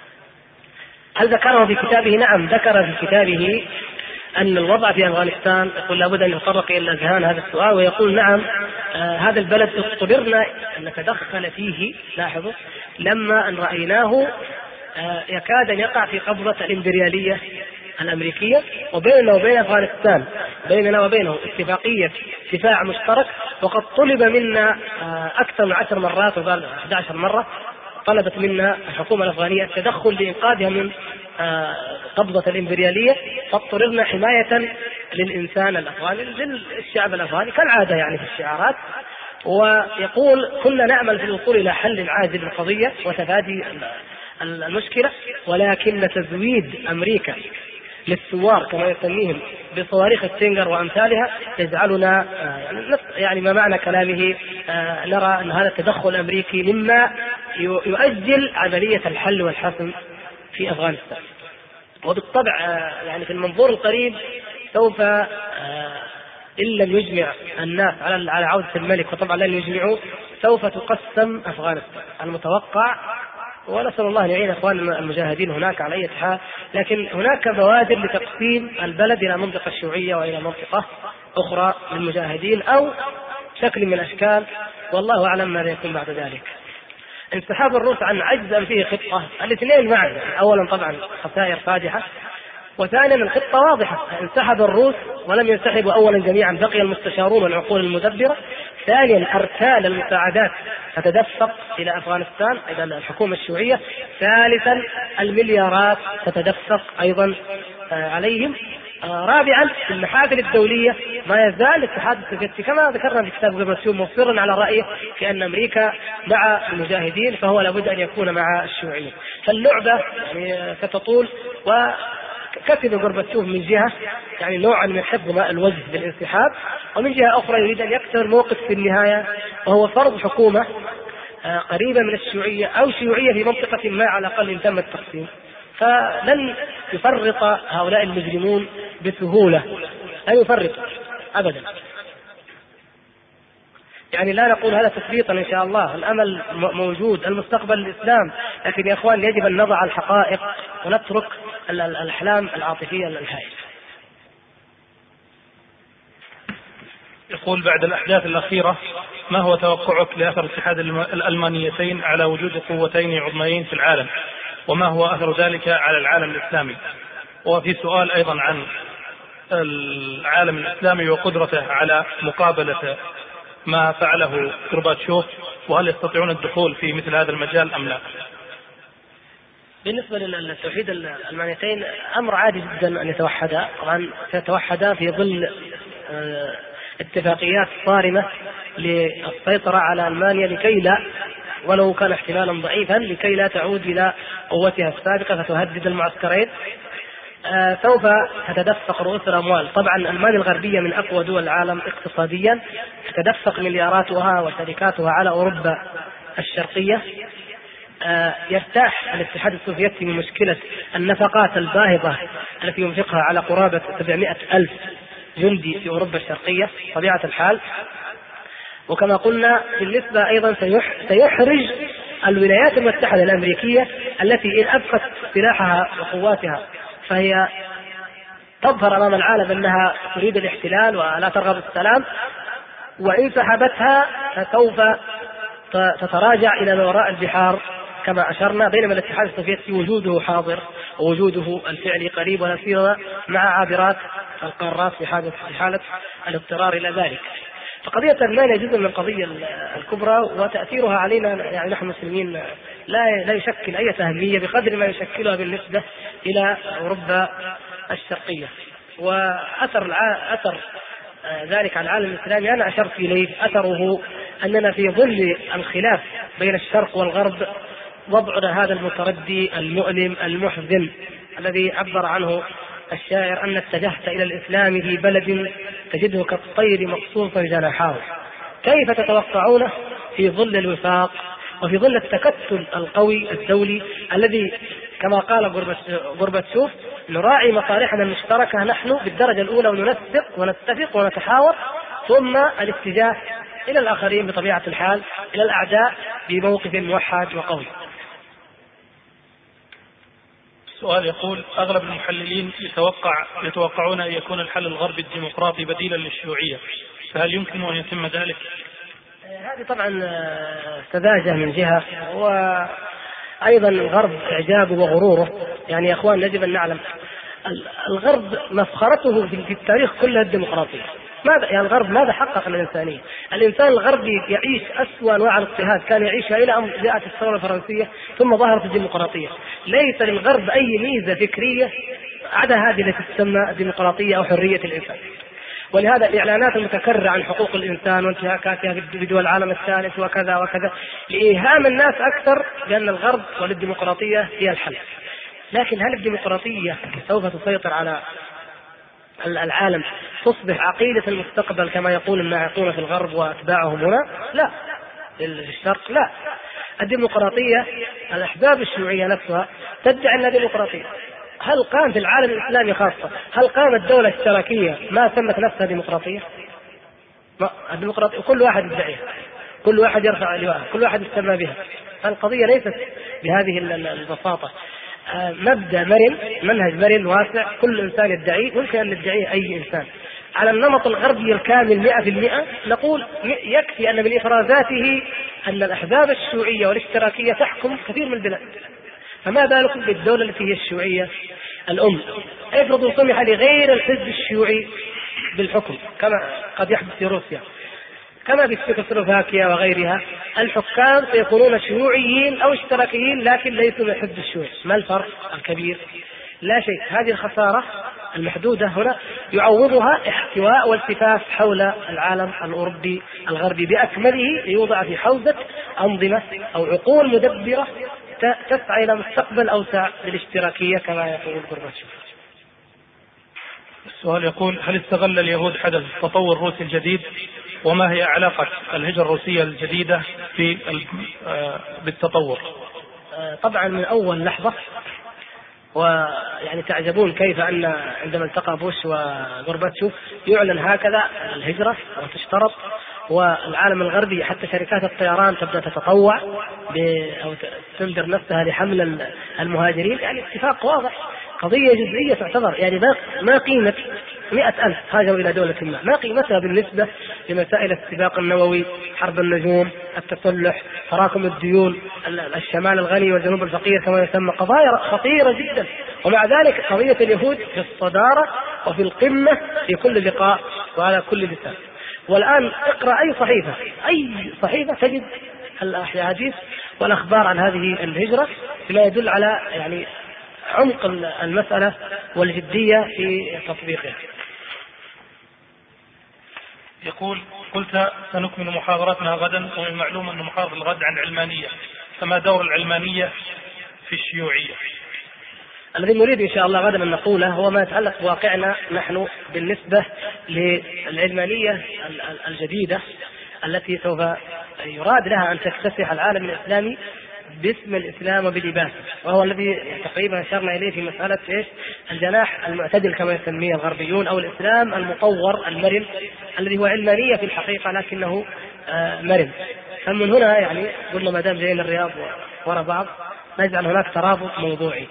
هل ذكره في كتابه؟ نعم، ذكر في كتابه أن الوضع في أفغانستان يقول لابد أن يتطرق إلى أذهان هذا السؤال، ويقول نعم آه هذا البلد اضطررنا أن نتدخل فيه، لاحظوا، لما أن رأيناه آه يكاد أن يقع في قبضة الإمبريالية الأمريكية، وبيننا وبين أفغانستان بيننا وبينه اتفاقية دفاع مشترك، وقد طلب منا آه أكثر من عشر مرات وقال أحد عشر مرة طلبت منا الحكومة الأفغانية التدخل لإنقاذها من آه قبضة الإمبريالية، فاضطررنا حماية للإنسان الأفغاني للشعب الأفغاني كالعادة يعني في الشعارات. ويقول كنا نعمل في الوصول إلى حل عاجل للقضية وتفادي المشكلة، ولكن تزويد أمريكا للثوار كما يسميهم بصواريخ التنجر وأمثالها يجعلنا يعني ما معنى كلامه نرى أن هذا التدخل الأمريكي مما يؤجل عملية الحل والحسم في أفغانستان. وبالطبع يعني في المنظور القريب سوف إن لم يجمع الناس على عودة الملك، وطبعا لن يجمعوا، سوف تقسم أفغانستان المتوقع، ونسأل الله أن يعين أخواننا المجاهدين هناك على أي حال. لكن هناك بوادر لتقسيم البلد إلى منطقة شيوعية وإلى منطقة أخرى للمجاهدين أو شكل من الأشكال، والله أعلم ماذا يكون بعد ذلك. انسحاب الروس عن عجز فيه خطة، الاثنين معا، أولا طبعا خسائر فادحة، وثانيا الخطة واضحة، انسحب الروس ولم ينسحبوا أولا جميعا، بقي المستشارون والعقول المدبرة. ثانيا أرسال المساعدات تتدفق إلى أفغانستان إلى الحكومة الشيوعية. ثالثا المليارات تتدفق أيضا عليهم. رابعا المحافل الدولية ما يزال الاتحاد السوفيتي كما ذكرنا في كتاب غورباتشوف مصرا على رأيه في أن أمريكا مع المجاهدين فهو لابد أن يكون مع الشيوعيين. فاللعبة يعني ستطول، وكتب غورباتشوف من جهة يعني نوعا من حفظ ماء الوجه بالانسحاب، ومن جهة أخرى يريد أن يكسر موقف في النهاية وهو فرض حكومة قريبة من الشيوعية أو شيوعية في منطقة ما على الأقل إن تم التقسيم. فلن يفرط هؤلاء المجرمون بسهولة، لا يفرط أبدا. يعني لا نقول هذا تفريطا إن شاء الله، الأمل موجود، المستقبل الإسلام، لكن يا أخوان يجب أن نضع الحقائق ونترك الأحلام العاطفية الهائلة. يقول بعد الأحداث الأخيرة ما هو توقعك لأثر اتحاد الألمانيتين على وجود قوتين عظميين في العالم، وما هو أثر ذلك على العالم الإسلامي؟ وفي سؤال أيضا عن العالم الإسلامي وقدرته على مقابلة ما فعله غورباتشوف، وهل يستطيعون الدخول في مثل هذا المجال أم لا؟ بالنسبة للتوحيد الألمانيتين أمر عادي جدا أن يتوحدا، طبعا سيتوحدا في ظل اتفاقيات صارمة للسيطرة على ألمانيا لكي لا، ولو كان احتمالا ضعيفا، لكي لا تعود إلى قوتها السابقة فتهدد المعسكرين. آه سوف تتدفق رؤوس الأموال. طبعا ألمانيا الغربية من أقوى دول العالم اقتصاديا، تتدفق ملياراتها وشركاتها على أوروبا الشرقية. آه يرتاح الاتحاد السوفيتي من مشكلة النفقات الباهظة التي ينفقها على قرابة سبعمائة ألف جندي في أوروبا الشرقية طبيعة الحال. وكما قلنا بالنسبة أيضا سيحرج الولايات المتحدة الأمريكية التي إن أبقت سلاحها وقواتها فهي تظهر أمام العالم أنها تريد الاحتلال ولا ترغب السلام، وإن سحبتها فسوف تتراجع إلى ما وراء البحار كما أشرنا، بينما الاتحاد السوفيتي وجوده حاضر ووجوده الفعلي قريب، ولا سيما مع عابرات القارات في حالة في حالة الاضطرار إلى ذلك. فقضية ألمانيا جزء من القضية الكبرى، وتأثيرها علينا يعني نحن المسلمين لا لا يشكل أي أهمية بقدر ما يشكلها بالنسبة إلى أوروبا الشرقية. وأثر الع... أثر ذلك على العالم الإسلامي أنا أشرت إليه، أثره أننا في ظل الخلاف بين الشرق والغرب وضعنا هذا المتردي المؤلم المحزن الذي عبر عنه الشاعر أن اتجهت إلى الإسلام في بلد تجده كالطير مقصوصا جناحاه. كيف تتوقعونه في ظل الوفاق وفي ظل التكتل القوي الدولي الذي كما قال غورباتشوف نراعي مصالحنا المشتركة نحن بالدرجة الأولى وننسق ونتفق ونتحاور، ثم الاتجاه إلى الآخرين بطبيعة الحال، إلى الأعداء بموقف موحد وقوي. السؤال يقول: أغلب المحللين يتوقع يتوقعون أن يكون الحل الغربي الديمقراطي بديلا للشيوعية، فهل يمكن أن يتم ذلك؟ هذه طبعا سذاجة من جهة، وأيضا الغرب إعجابه وغروره. يعني يا أخوان يجب أن نعلم الغرب مفخرته في التاريخ كلها الديمقراطية. ماذا يعني الغرب ماذا حقق للإنسانية؟ الإنسان الغربي يعيش أسوأ أنواع الاضطهاد كان يعيشها إلى أن جاءت الثورة الفرنسية ثم ظهرت الديمقراطية. ليس للغرب أي ميزة فكرية عدا هذه التي تسمى الديمقراطية أو حرية الإنسان. ولهذا الإعلانات المتكررة عن حقوق الإنسان وانتهاكاتها بدول العالم الثالث وكذا وكذا لإيهام الناس أكثر بأن الغرب والديمقراطية هي الحل. لكن هل الديمقراطية سوف تسيطر على العالم، تصبح عقيدة المستقبل كما يقول الناعقون في الغرب وأتباعهم هنا؟ لا. في الشرق لا. الديمقراطية الأحزاب الشيوعية نفسها تدعي أنها ديمقراطية. هل قام في العالم الإسلامي خاصة هل قامت دولة اشتراكية ما سمت نفسها ديمقراطية؟ الديمقراطية كل واحد يدعيها، كل واحد يرفع لواءها، كل واحد يسمى بها. القضية ليست بهذه البساطة. مبدأ مرن، منهج مرن واسع، كل إنسان يدعيه، ممكن أن يدعيه أي إنسان. على النمط الغربي الكامل مئة في المئة نقول يكفي أن من إفرازاته أن الأحزاب الشيوعية والاشتراكية تحكم كثير من البلاد، فما بالكم بالدولة التي هي الشيوعية الأم؟ افرضوا سمح لغير الحزب الشيوعي بالحكم كما قد يحدث في روسيا، كما في تشيكوسلوفاكيا وغيرها، الحكام سيكونون شيوعيين أو اشتراكيين لكن ليسوا من الحزب الشيوعي. ما الفرق الكبير؟ لا شيء. هذه الخسارة المحدودة هنا يعوضها احتواء والتفاف حول العالم الأوروبي الغربي بأكمله ليوضع في حوزة أنظمة أو عقول مدبرة تسعى إلى مستقبل أوسع للاشتراكية كما يقول غورباتشوف. السؤال يقول: هل استغل اليهود حدث التطور الروسي الجديد؟ وما هي علاقة الهجرة الروسية الجديدة في بالتطور؟ طبعا من أول لحظة، ويعني تعجبون كيف أن عندما التقى بوش وغورباتشوف يعلن هكذا الهجرة وتشترط، والعالم الغربي حتى شركات الطيران تبدأ تتطوع أو تنذر نفسها لحمل المهاجرين. يعني اتفاق واضح، قضية جزئية تعتبر يعني ما قيمة مئة ألف هاجروا إلى دولة ما، ما قيمتها بالنسبة لمسائل السباق النووي، حرب النجوم، التسلح، تراكم الديون، الشمال الغني والجنوب الفقير كما يسمى، قضايا خطيرة جدا. ومع ذلك قضية اليهود في الصدارة وفي القمة في كل لقاء وعلى كل لسان. والآن اقرأ أي صحيفة أي صحيفة تجد الأحاديث والأخبار عن هذه الهجرة بما يدل على يعني عمق المسألة والجدية في تطبيقها. يقول: قلت سنكمل محاضرتنا غدا، ومن المعلوم أن محاضرة الغد عن العلمانية، فما دور العلمانية في الشيوعية؟ الذي نريد إن شاء الله غدا أن نقوله هو ما يتعلق بواقعنا نحن بالنسبة للعلمانية الجديدة التي سوف يراد لها أن تكتسح العالم الإسلامي باسم الإسلام وبلباسه، وهو الذي تقريبا أشرنا إليه في مسألة إيش؟ الجناح المعتدل كما يسميه الغربيون، أو الإسلام المطور المرن الذي هو علمانية في الحقيقة لكنه مرن. فمن هنا يعني قلنا ما دام جايين الرياض وراء بعض نجعل هناك ترابط موضوعي.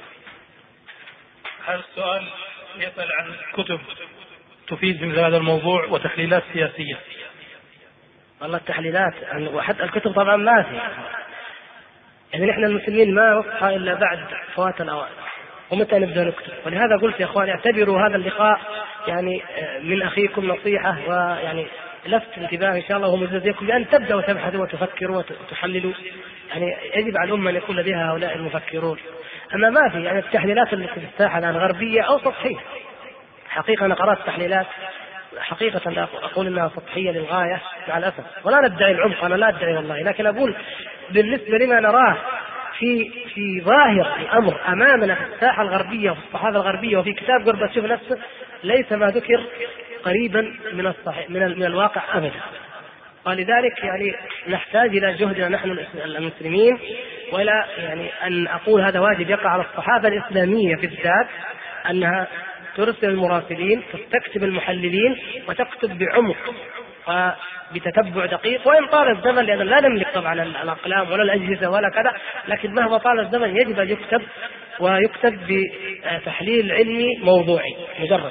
هذا السؤال يسأل عن كتب تفيد مثل هذا الموضوع وتحليلات سياسية. والله التحليلات وحتى الكتب طبعا ما في، يعني نحن المسلمين ما وقفها إلا بعد فوات الأوان، ومتى نبدأ نكتب. ولهذا قلت يا أخواني اعتبروا هذا اللقاء يعني من أخيكم نصيحة، ويعني لفت انتباه إن شاء الله ومجزيكم بأن تبدأوا تبحثوا وتفكروا وتحللوا. يعني يجب على الأمة أن يكون لديها هؤلاء المفكرون. أما ما في يعني التحليلات التي في الساحة الآن غربية أو سطحية، حقيقة أنا قرأت تحليلات حقيقة أقول أنها سطحية للغاية مع الأسف، ولا ندعي العمق، أنا لا أدعي والله، لكن أقول بالنسبة لما نراه في في ظاهر الأمر أمامنا في الساحة الغربية وفي الصحافة الغربية وفي كتاب غورباتشوف نفسه ليس ما ذكر قريبا من الصحيح من, من الواقع أبدا. ولذلك يعني نحتاج إلى جهدنا نحن المسلمين، ولا يعني أن أقول هذا واجب يقع على الصحافة الإسلامية بالذات أنها ترسل المراسلين، تستكتب المحللين، وتكتب بعمق وبتتبع دقيق، وإن طال الزمن، لأن لا نملك طبعا الأقلام ولا الأجهزة ولا كذا، لكن مهما طال الزمن يجب أن يكتب، ويكتب بتحليل علمي موضوعي مجرد.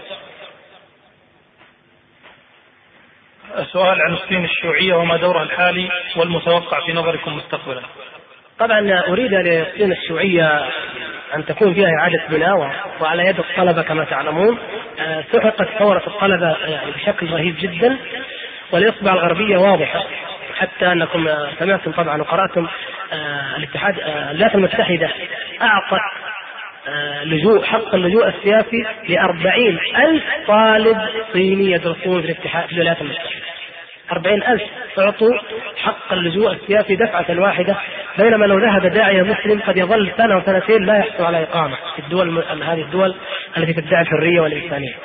سؤال عن الصين الشيوعية وما دورها الحالي والمتوقع في نظركم مستقبلا. طبعا أريد للصين الشيوعية أن تكون فيها إعادة بناء وعلى يد الطلبة كما تعلمون. سحقت ثورة الطلبة يعني بشكل رهيب جدا، والإصبع الغربية واضحة، حتى أنكم سمعتم طبعا وقرأتم الاتحاد الولايات المتحدة أعطت لجوء حق اللجوء السياسي لأربعين ألف طالب صيني يدرسون في الاتحاد في الولايات المتحدة. أربعين ألف أعطوا حق اللجوء السياسي دفعة واحدة، بينما لو ذهب داعية مسلم قد يظل سنة وسنتين لا يحصل على إقامة في الدول هذه الدول التي تدعي الحرية والإنسانية.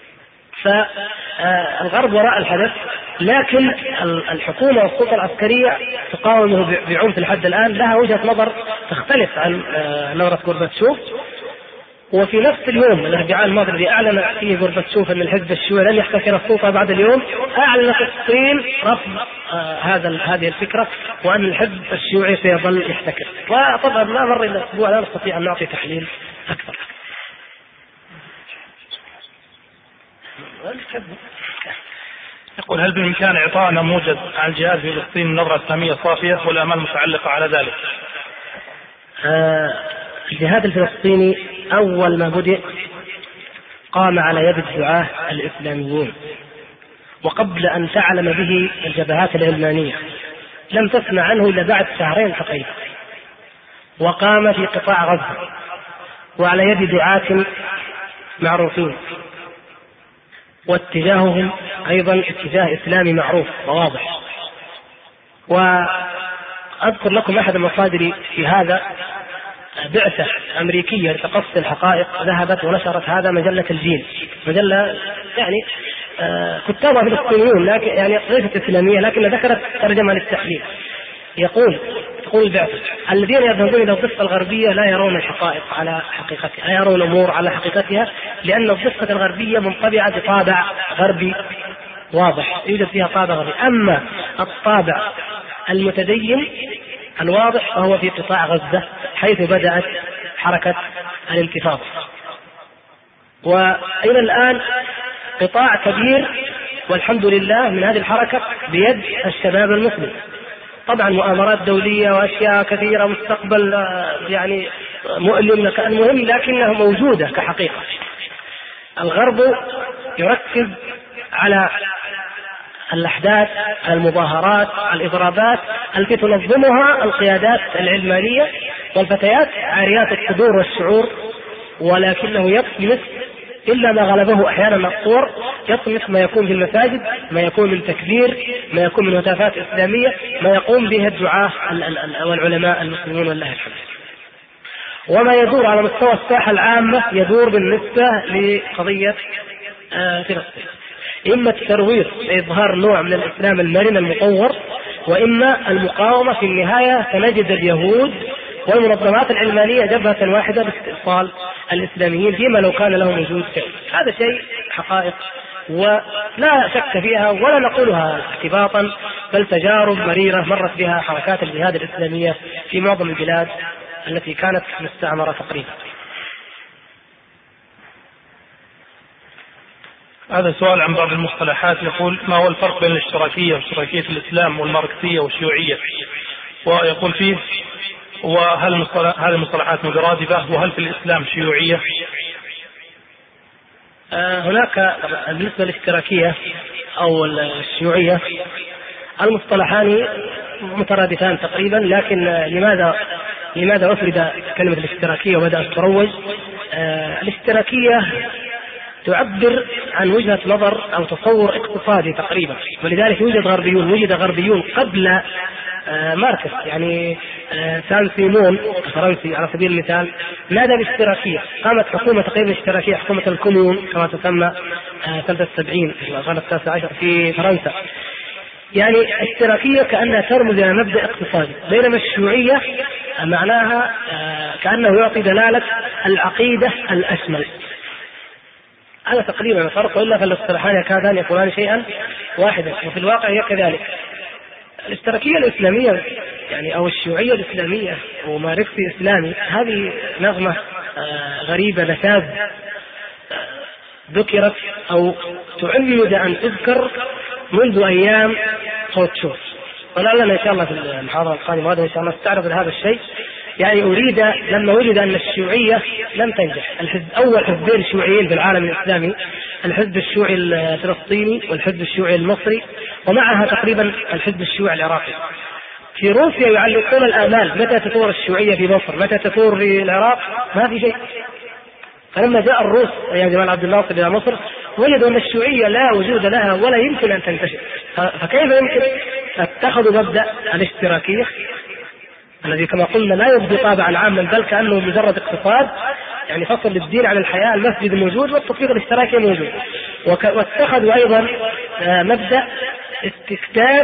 فالغرب وراء الحدث، لكن الحكومة والسلطة العسكرية تقاومه بعنف لحد الآن. لها وجهة نظر تختلف عن نظرة غورباتشوف. وفي نفس اليوم الاربعاء الماضي الذي اعلن فيه غورباتشوف ان الحزب الشيوعي لن يحتكر السلطه بعد اليوم، اعلنت الصين رفض آه هذا هذه الفكره، وان الحزب الشيوعي سيظل يحتكر. وطبعا ما مر الا اسبوع، لا نستطيع ان نعطي تحليل اكثر. يقول: هل بالامكان اعطاء نموذج عن الجهاد في فلسطين النظره اسلاميه صافيه والامال المتعلقه على ذلك؟ آه الجهاد الفلسطيني أول ما بدأ قام على يد الدعاة الإسلاميين، وقبل أن تعلم به الجبهات العلمانية لم تسمع عنه إلا بعد شهرين تقريبا، وقام في قطاع غزة وعلى يد دعاة معروفين، واتجاههم أيضا اتجاه إسلامي معروف وواضح. وأذكر لكم أحد المصادر في هذا، بعثة أمريكية لتقصي الحقائق ذهبت ونشرت هذا مجلة الجيل، مجلة يعني آه كتابها فلسطينيون لكن يعني ليست إسلامية، لكن ذكرت ترجمة للتحليل. يقول تقول البعثة: الذين يذهبون إلى الضفة الغربية لا يرون الحقائق على حقيقتها، لا يرون الأمور على حقيقتها، لأن الضفة الغربية منطبعة بطابع غربي واضح، يوجد فيها طابع غربي. أما الطابع المتدين الواضح فهو في قطاع غزة، حيث بدأت حركة الانتفاضة. وإلى الآن قطاع كبير والحمد لله من هذه الحركة بيد الشباب المسلم. طبعا مؤامرات دولية وأشياء كثيرة، مستقبل يعني مؤلم، المهم لكنها موجودة كحقيقة. الغرب يركز على الأحداث، المظاهرات، الإضرابات التي تنظمها القيادات العلمانية، والفتيات عاريات الصدور والشعور، ولكنه يطمس إلا ما غلبه أحيانا الصور، يطمس ما يكون في المساجد، ما يكون من تكبير، ما يكون من هتافات إسلامية، ما يقوم به الدعاة والعلماء المسلمون والله الحمد. وما يدور على مستوى الساحة العامة يدور بالنسبة لقضية فلسطين، إما التروير لإظهار نوع من الإسلام المرن المطور، وإما المقاومة في النهاية. فنجد اليهود والمنظمات العلمانية جبهة واحدة باستئصال الإسلاميين فيما لو كان لهم وجود فعلي. هذا شيء حقائق ولا شك فيها ولا نقولها احتباطا، بل تجارب مريرة مرت بها حركات الجهاد الإسلامية في معظم البلاد التي كانت مستعمرة تقريبا. هذا سؤال عن بعض المصطلحات، يقول: ما هو الفرق بين الاشتراكية واشتراكية الإسلام والماركسية والشيوعية؟ ويقول فيه: وهل هذه المصطلحات مترادفة؟ وهل في الإسلام شيوعية؟ آه هناك بالنسبة للاشتراكية أو الشيوعية المصطلحان مترادفان تقريبا، لكن لماذا لماذا أفرد كلمة الاشتراكية وبدأت تروج؟ آه الاشتراكية تعبر عن وجهة نظر أو تصور اقتصادي تقريبا، ولذلك يوجد غربيون وجد غربيون قبل آه ماركس، يعني آه سان سيمون الفرنسي على سبيل المثال نادى بالاشتراكية، قامت حكومة تقريبا اشتراكية، حكومة الكوميون كما تسمى آه سنة السبعين في القرن التاسع عشر في فرنسا. يعني اشتراكية كأنها ترمز إلى مبدأ اقتصادي، بينما الشيوعية معناها آه كأنه يعطي دلالة العقيدة الأشمل. هذا تقريبا الفرق، وإلا فالاصطلاحان يكادان يكونان شيئا واحدا، وفي الواقع هي كذلك. الاشتراكية الإسلامية يعني أو الشيوعية الإسلامية وماركسي إسلامي هذه نغمة آه غريبة نشاذ آه ذكرت أو تعمد أن تذكر منذ أيام خوتشوف، ولعلنا إن شاء الله في المحاضرة القادمة إن شاء الله نستعرض هذا الشيء. يعني أريد لما وجد أن الشيوعية لم تنجح، الحزب أول حزبين شيوعيين في العالم الإسلامي، الحزب الشيوعي الفلسطيني والحزب الشيوعي المصري، ومعها تقريبا الحزب الشيوعي العراقي. في روسيا يعلقون الآمال متى تثور الشيوعية في مصر، متى تثور في العراق، ما في شيء. فلما جاء الروس يا جمال عبد الناصر إلى مصر وجدوا أن الشيوعية لا وجود لها ولا يمكن أن تنتشر، فكيف يمكن؟ اتخذوا مبدأ الاشتراكية الذي كما قلنا لا يبدي طابعا عاما، بل كأنه مجرد اقتصاد، يعني فصل الدين عن الحياة، المسجد موجود والتطبيق الاشتراكي موجود. واتخذوا أيضا مبدأ استكتاب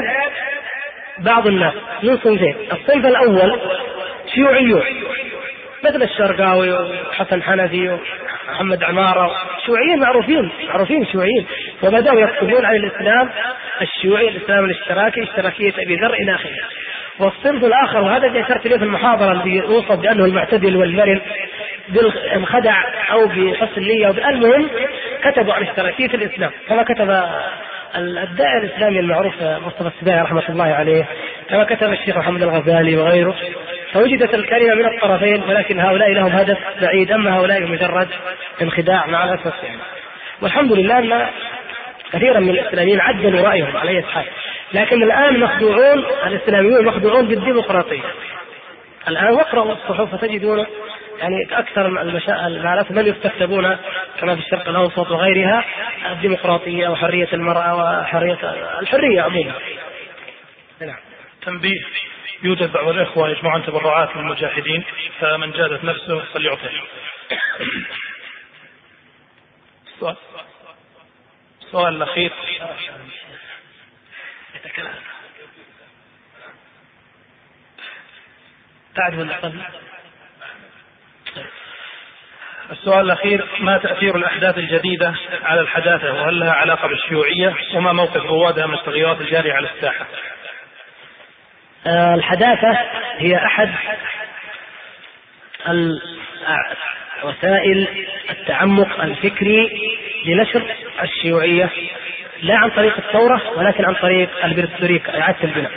بعض الناس من صنفين. الصنف الأول شيوعيون مثل الشرقاوي وحسن حنفي ومحمد عمارة، شيوعيين معروفين معروفين شيوعيين، وبدأوا يكتبون عن الإسلام الشيوعي، الإسلام الاشتراكي، اشتراكية أبي ذر إلى آخره. والصنف الآخر، وهذا اللي أشرت إليه في المحاضرة الذي يوصف بأنه المعتدل والمرن بالخدع أو بحسن نية، المهم كتبوا عن اشتراكية الإسلام كما كتب الداعي الإسلامي المعروف مصطفى السباعي رحمة الله عليه، كما كتب الشيخ محمد الغزالي وغيره. فوجدت الكلمة من الطرفين، ولكن هؤلاء لهم هدف بعيد، أما هؤلاء مجرد انخداع مع الأسف يعني. والحمد لله أن كثيرا من الإسلاميين عدلوا رأيهم على أي حال، لكن الآن مخدوعون، الإسلاميون مخدوعون بالديمقراطية. الآن واقرأوا الصحف فتجدون يعني أكثر المعلومات من يستكتبون كما في الشرق الأوسط وغيرها الديمقراطية وحرية المرأة وحرية الحرية عموما. نعم. تنبيه: يوجد بعض الإخوة يجمعون تبرعات للمجاهدين، فمن جادت نفسه فليعطي. السؤال السؤال الأخير. تعرف الأقل. السؤال الأخير: ما تأثير الأحداث الجديدة على الحداثة، وهل لها علاقة بالشيوعية، وما موقف روادها من التغيرات الجارية على الساحة؟ الحداثة هي أحد وسائل التعمق الفكري لنشر الشيوعية، لا عن طريق الثورة ولكن عن طريق البرستوريكا، إعادة البناء.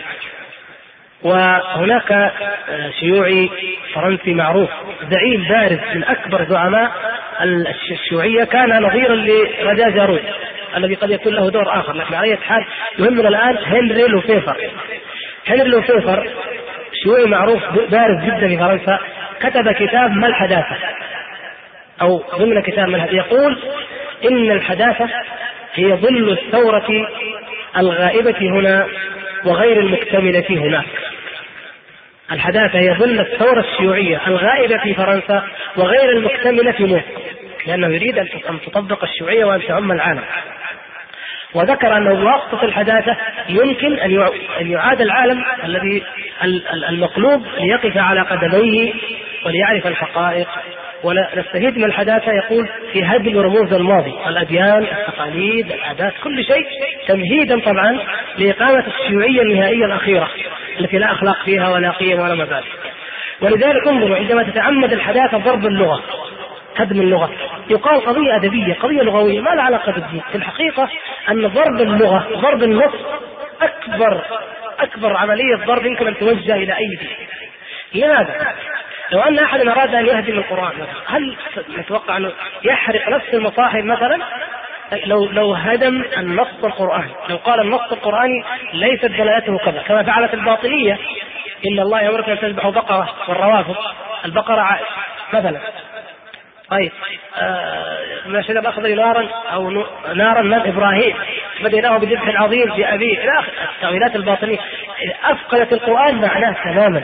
وهناك شيوعي فرنسي معروف زعيم بارز من أكبر زعماء الشيوعية، كان نظيرا لرجا جاروي الذي قد يكون له دور آخر، لكن على أي حال يهمنا الآن هنري لوفيفر. هنري لوفيفر شيوعي معروف بارز جدا في فرنسا، كتب كتاب ما الحداثة، أو ضمن كتاب ما الحداثة يقول إن الحداثة هي ظل الثورة الغائبة هنا وغير المكتملة هناك. الحداثة هي ظل الثورة الشيوعية الغائبة في فرنسا وغير المكتملة في مصر، لأنه يريد أن تطبق الشيوعية وأن تعم العالم. وذكر أنه بواسطة الحداثة يمكن أن يعاد العالم الذي المقلوب ليقف على قدميه وليعرف الحقائق. ونستفيد من الحداثة يقول في هدم رموز الماضي، الأديان، التقاليد، العادات، كل شيء، تمهيدا طبعا لإقامة الشيوعية النهائية الأخيرة التي لا أخلاق فيها ولا قيم ولا مبادئ. ولذلك انظروا عندما تتعمد الحداثة ضرب اللغة، هدم اللغة، يقال قضية أدبية، قضية لغوية، ما لها علاقة بالدين. في الحقيقة أن ضرب اللغة، ضرب النص، أكبر أكبر عملية ضرب يمكن أن توجه إلى أي دين. لماذا؟ لو أن أحد أراد أن يهدم القرآن، هل نتوقع أنه يحرق نفس المصاحف مثلا؟ لو لو هدم النص القرآني، لو قال النص القرآني ليست دلالته كذا، كما فعلت الباطنية، إن الله يأمركم أن تذبحوا بقرة، والروافض البقرة عائشة مثلا، طيب آه ما شرب أخضر نارا أو نارا من إبراهيم بديناه بذبح عظيم بأبيه إلى آخر التأويلات الباطنية أفقدت القرآن معناه تماما،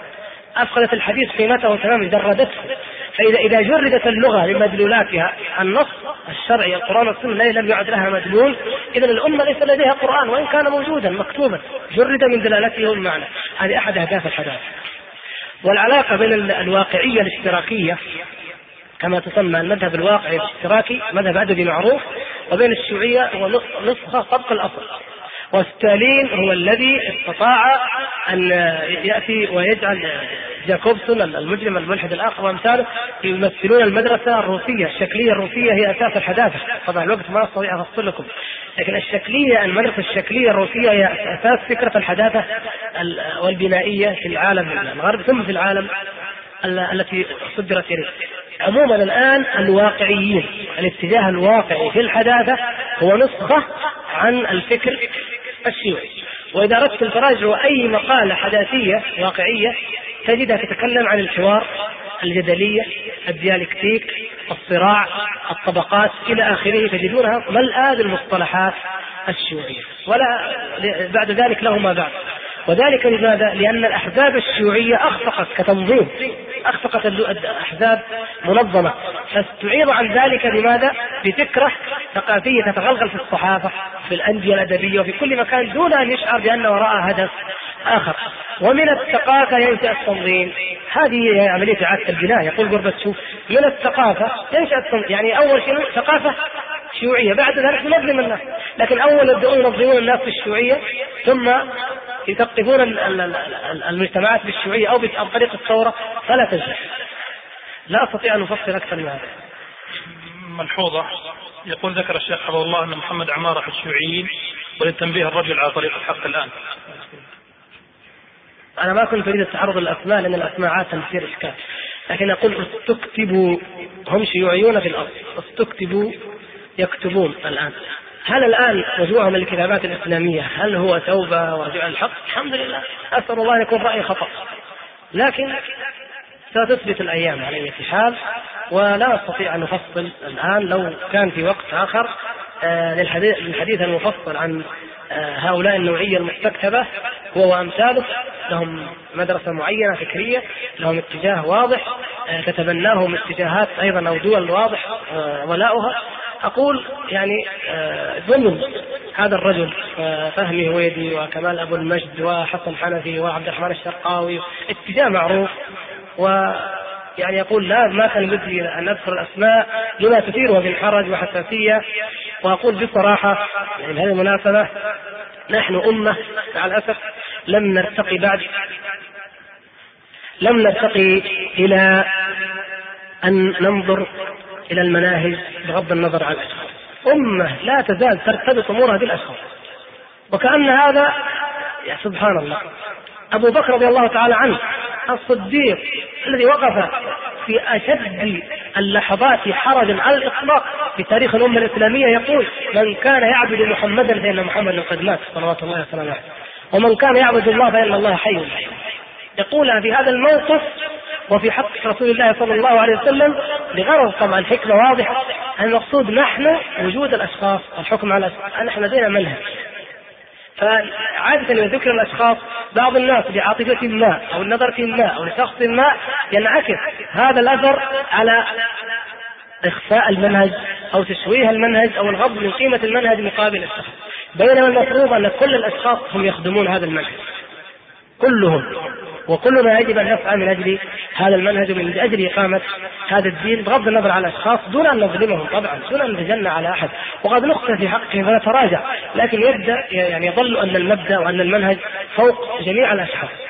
أفقدت الحديث قيمته تماما، جردته. فإذا إذا جردت اللغة بمدلولاتها النص الشرعي القرآن والسنة لم يعد لها مدلول، إذا الأمة ليس لديها قرآن وإن كان موجودا مكتوبا جرد من دلالته المعنى. هذه أحد أهداف الحداثة. والعلاقة بين الواقعية الاشتراكية كما تسمى المذهب الواقعي الاشتراكي مذهب أدبي معروف، وبين الشيوعية هو نسخة طبق الأصل. وستالين هو الذي استطاع أن يأتي ويجعل جاكوبسون المجرم الملحد الآخر وأمثاله يمثلون المدرسة الروسية الشكلية الروسية هي أساس الحداثة. طبعا الوقت ما أستطيع أن أفصل لكم، لكن الشكلية المدرسة الشكلية الروسية هي أساس فكرة الحداثة والبنائية في العالم الغربي ثم في العالم التي صدرت إليه. عموما الآن الواقعيين الاتجاه الواقعي في الحداثة هو نسخة عن الفكر الشيوعي. وإذا أردت تراجع أي مقالة حداثية واقعية تجدها تتكلم عن الحوار، الجدلية، الديالكتيك، الصراع، الطبقات إلى آخره، تجدونها ملآ بالمصطلحات الشيوعية ولا بعد ذلك له ما بعد. وذلك لماذا؟ لأن الأحزاب الشيوعية أخفقت كتنظيم، أخفقت الأحزاب منظمة، فاستعيض عن ذلك بماذا؟ بفكرة ثقافية تتغلغل في الصحافة في الأندية الأدبية وفي كل مكان دون أن يشعر بأن وراء هدف آخر. ومن الثقافة ينشأ التنظيم. هذه هي عملية إعادة البناء. يقول غورباتشوف من الثقافة ينشأ التنظيم، يعني أول شيء ثقافة شيوعية بعد ذلك ننظم الناس، لكن أول يبدأون ينظمون الناس بالشيوعية ثم يثقفون المجتمعات بالشيوعية أو بطريقة الثورة فلا تنجح. لا أستطيع أن أفصل أكثر من هذا. ملحوظة، يقول ذكر الشيخ حفظه الله أن محمد عمارة في الشيوعيين وللتنبيه الرجل على طريق الحق الآن. أنا ما كنت أريد التعرض للأسماء لأن الأسماء عادة تصير إشكال، لكن أقول استكتبوا، هم شيوعيون في الأصل، استكتبوا يكتبون الآن. هل الآن رجوعهم للكتابات الإسلامية هل هو توبة ورجوع الحق؟ الحمد لله، أسأل الله أن يكون رأي خطأ، لكن ستثبت الأيام على أي حال، ولا أستطيع أن أفصل الآن. لو كان في وقت آخر آه للحديث المفصل عن آه هؤلاء النوعية المستكتبة هو وأمثاله، لهم مدرسة معينة فكرية، لهم اتجاه واضح آه تتبناهم اتجاهات أيضا أو دول واضح آه ولاؤها. أقول يعني آه ضمن هذا الرجل آه فهمي هويدي وكمال أبو المجد وحسن حنفي وعبد الرحمن الشرقاوي اتجاه معروف، ويعني يقول لا ما كان بدي أن أذكر الأسماء لما تثيره من حرج وحساسية. وأقول بصراحة يعني بهذه المناسبة نحن أمة مع الأسف لم نرتقي بعد لم نرتقي إلى أن ننظر إلى المناهج بغض النظر عن الأشخاص. أمة لا تزال ترتبط أمورها بالأشخاص، وكأن هذا يا سبحان الله أبو بكر رضي الله تعالى عنه الصديق الذي وقف في أشد اللحظات حرجا على الإطلاق في تاريخ الأمة الإسلامية يقول من كان يعبد محمدا فإن محمدا قد مات صلوات الله وسلامه عليه، ومن كان يعبد الله فإن الله حي. يقولها في هذا الموقف وفي حق رسول الله صلى الله عليه وسلم لغرض طبعا حكمة واضحة. المقصود نحن وجود الأشخاص، الحكم على الأشخاص، نحن لدينا منهج. فعادة يذكر الأشخاص بعض الناس بعاطفة ما أو نظرة ما أو لشخص ما ينعكس هذا الأثر على إخفاء المنهج أو تشويه المنهج أو الغض من قيمة المنهج مقابل الشخص، بينما المفروض أن كل الأشخاص هم يخدمون هذا المنهج كلهم، وكلنا يجب أن نسعى من أجل هذا المنهج ومن أجل إقامة هذا الدين بغض النظر على الأشخاص دون أن نظلمهم طبعا، دون أن نتجنى على أحد، وقد نخطئ في حقهم فنتراجع، لكن يبدأ يعني يظل أن المبدأ وأن المنهج فوق جميع الأشخاص.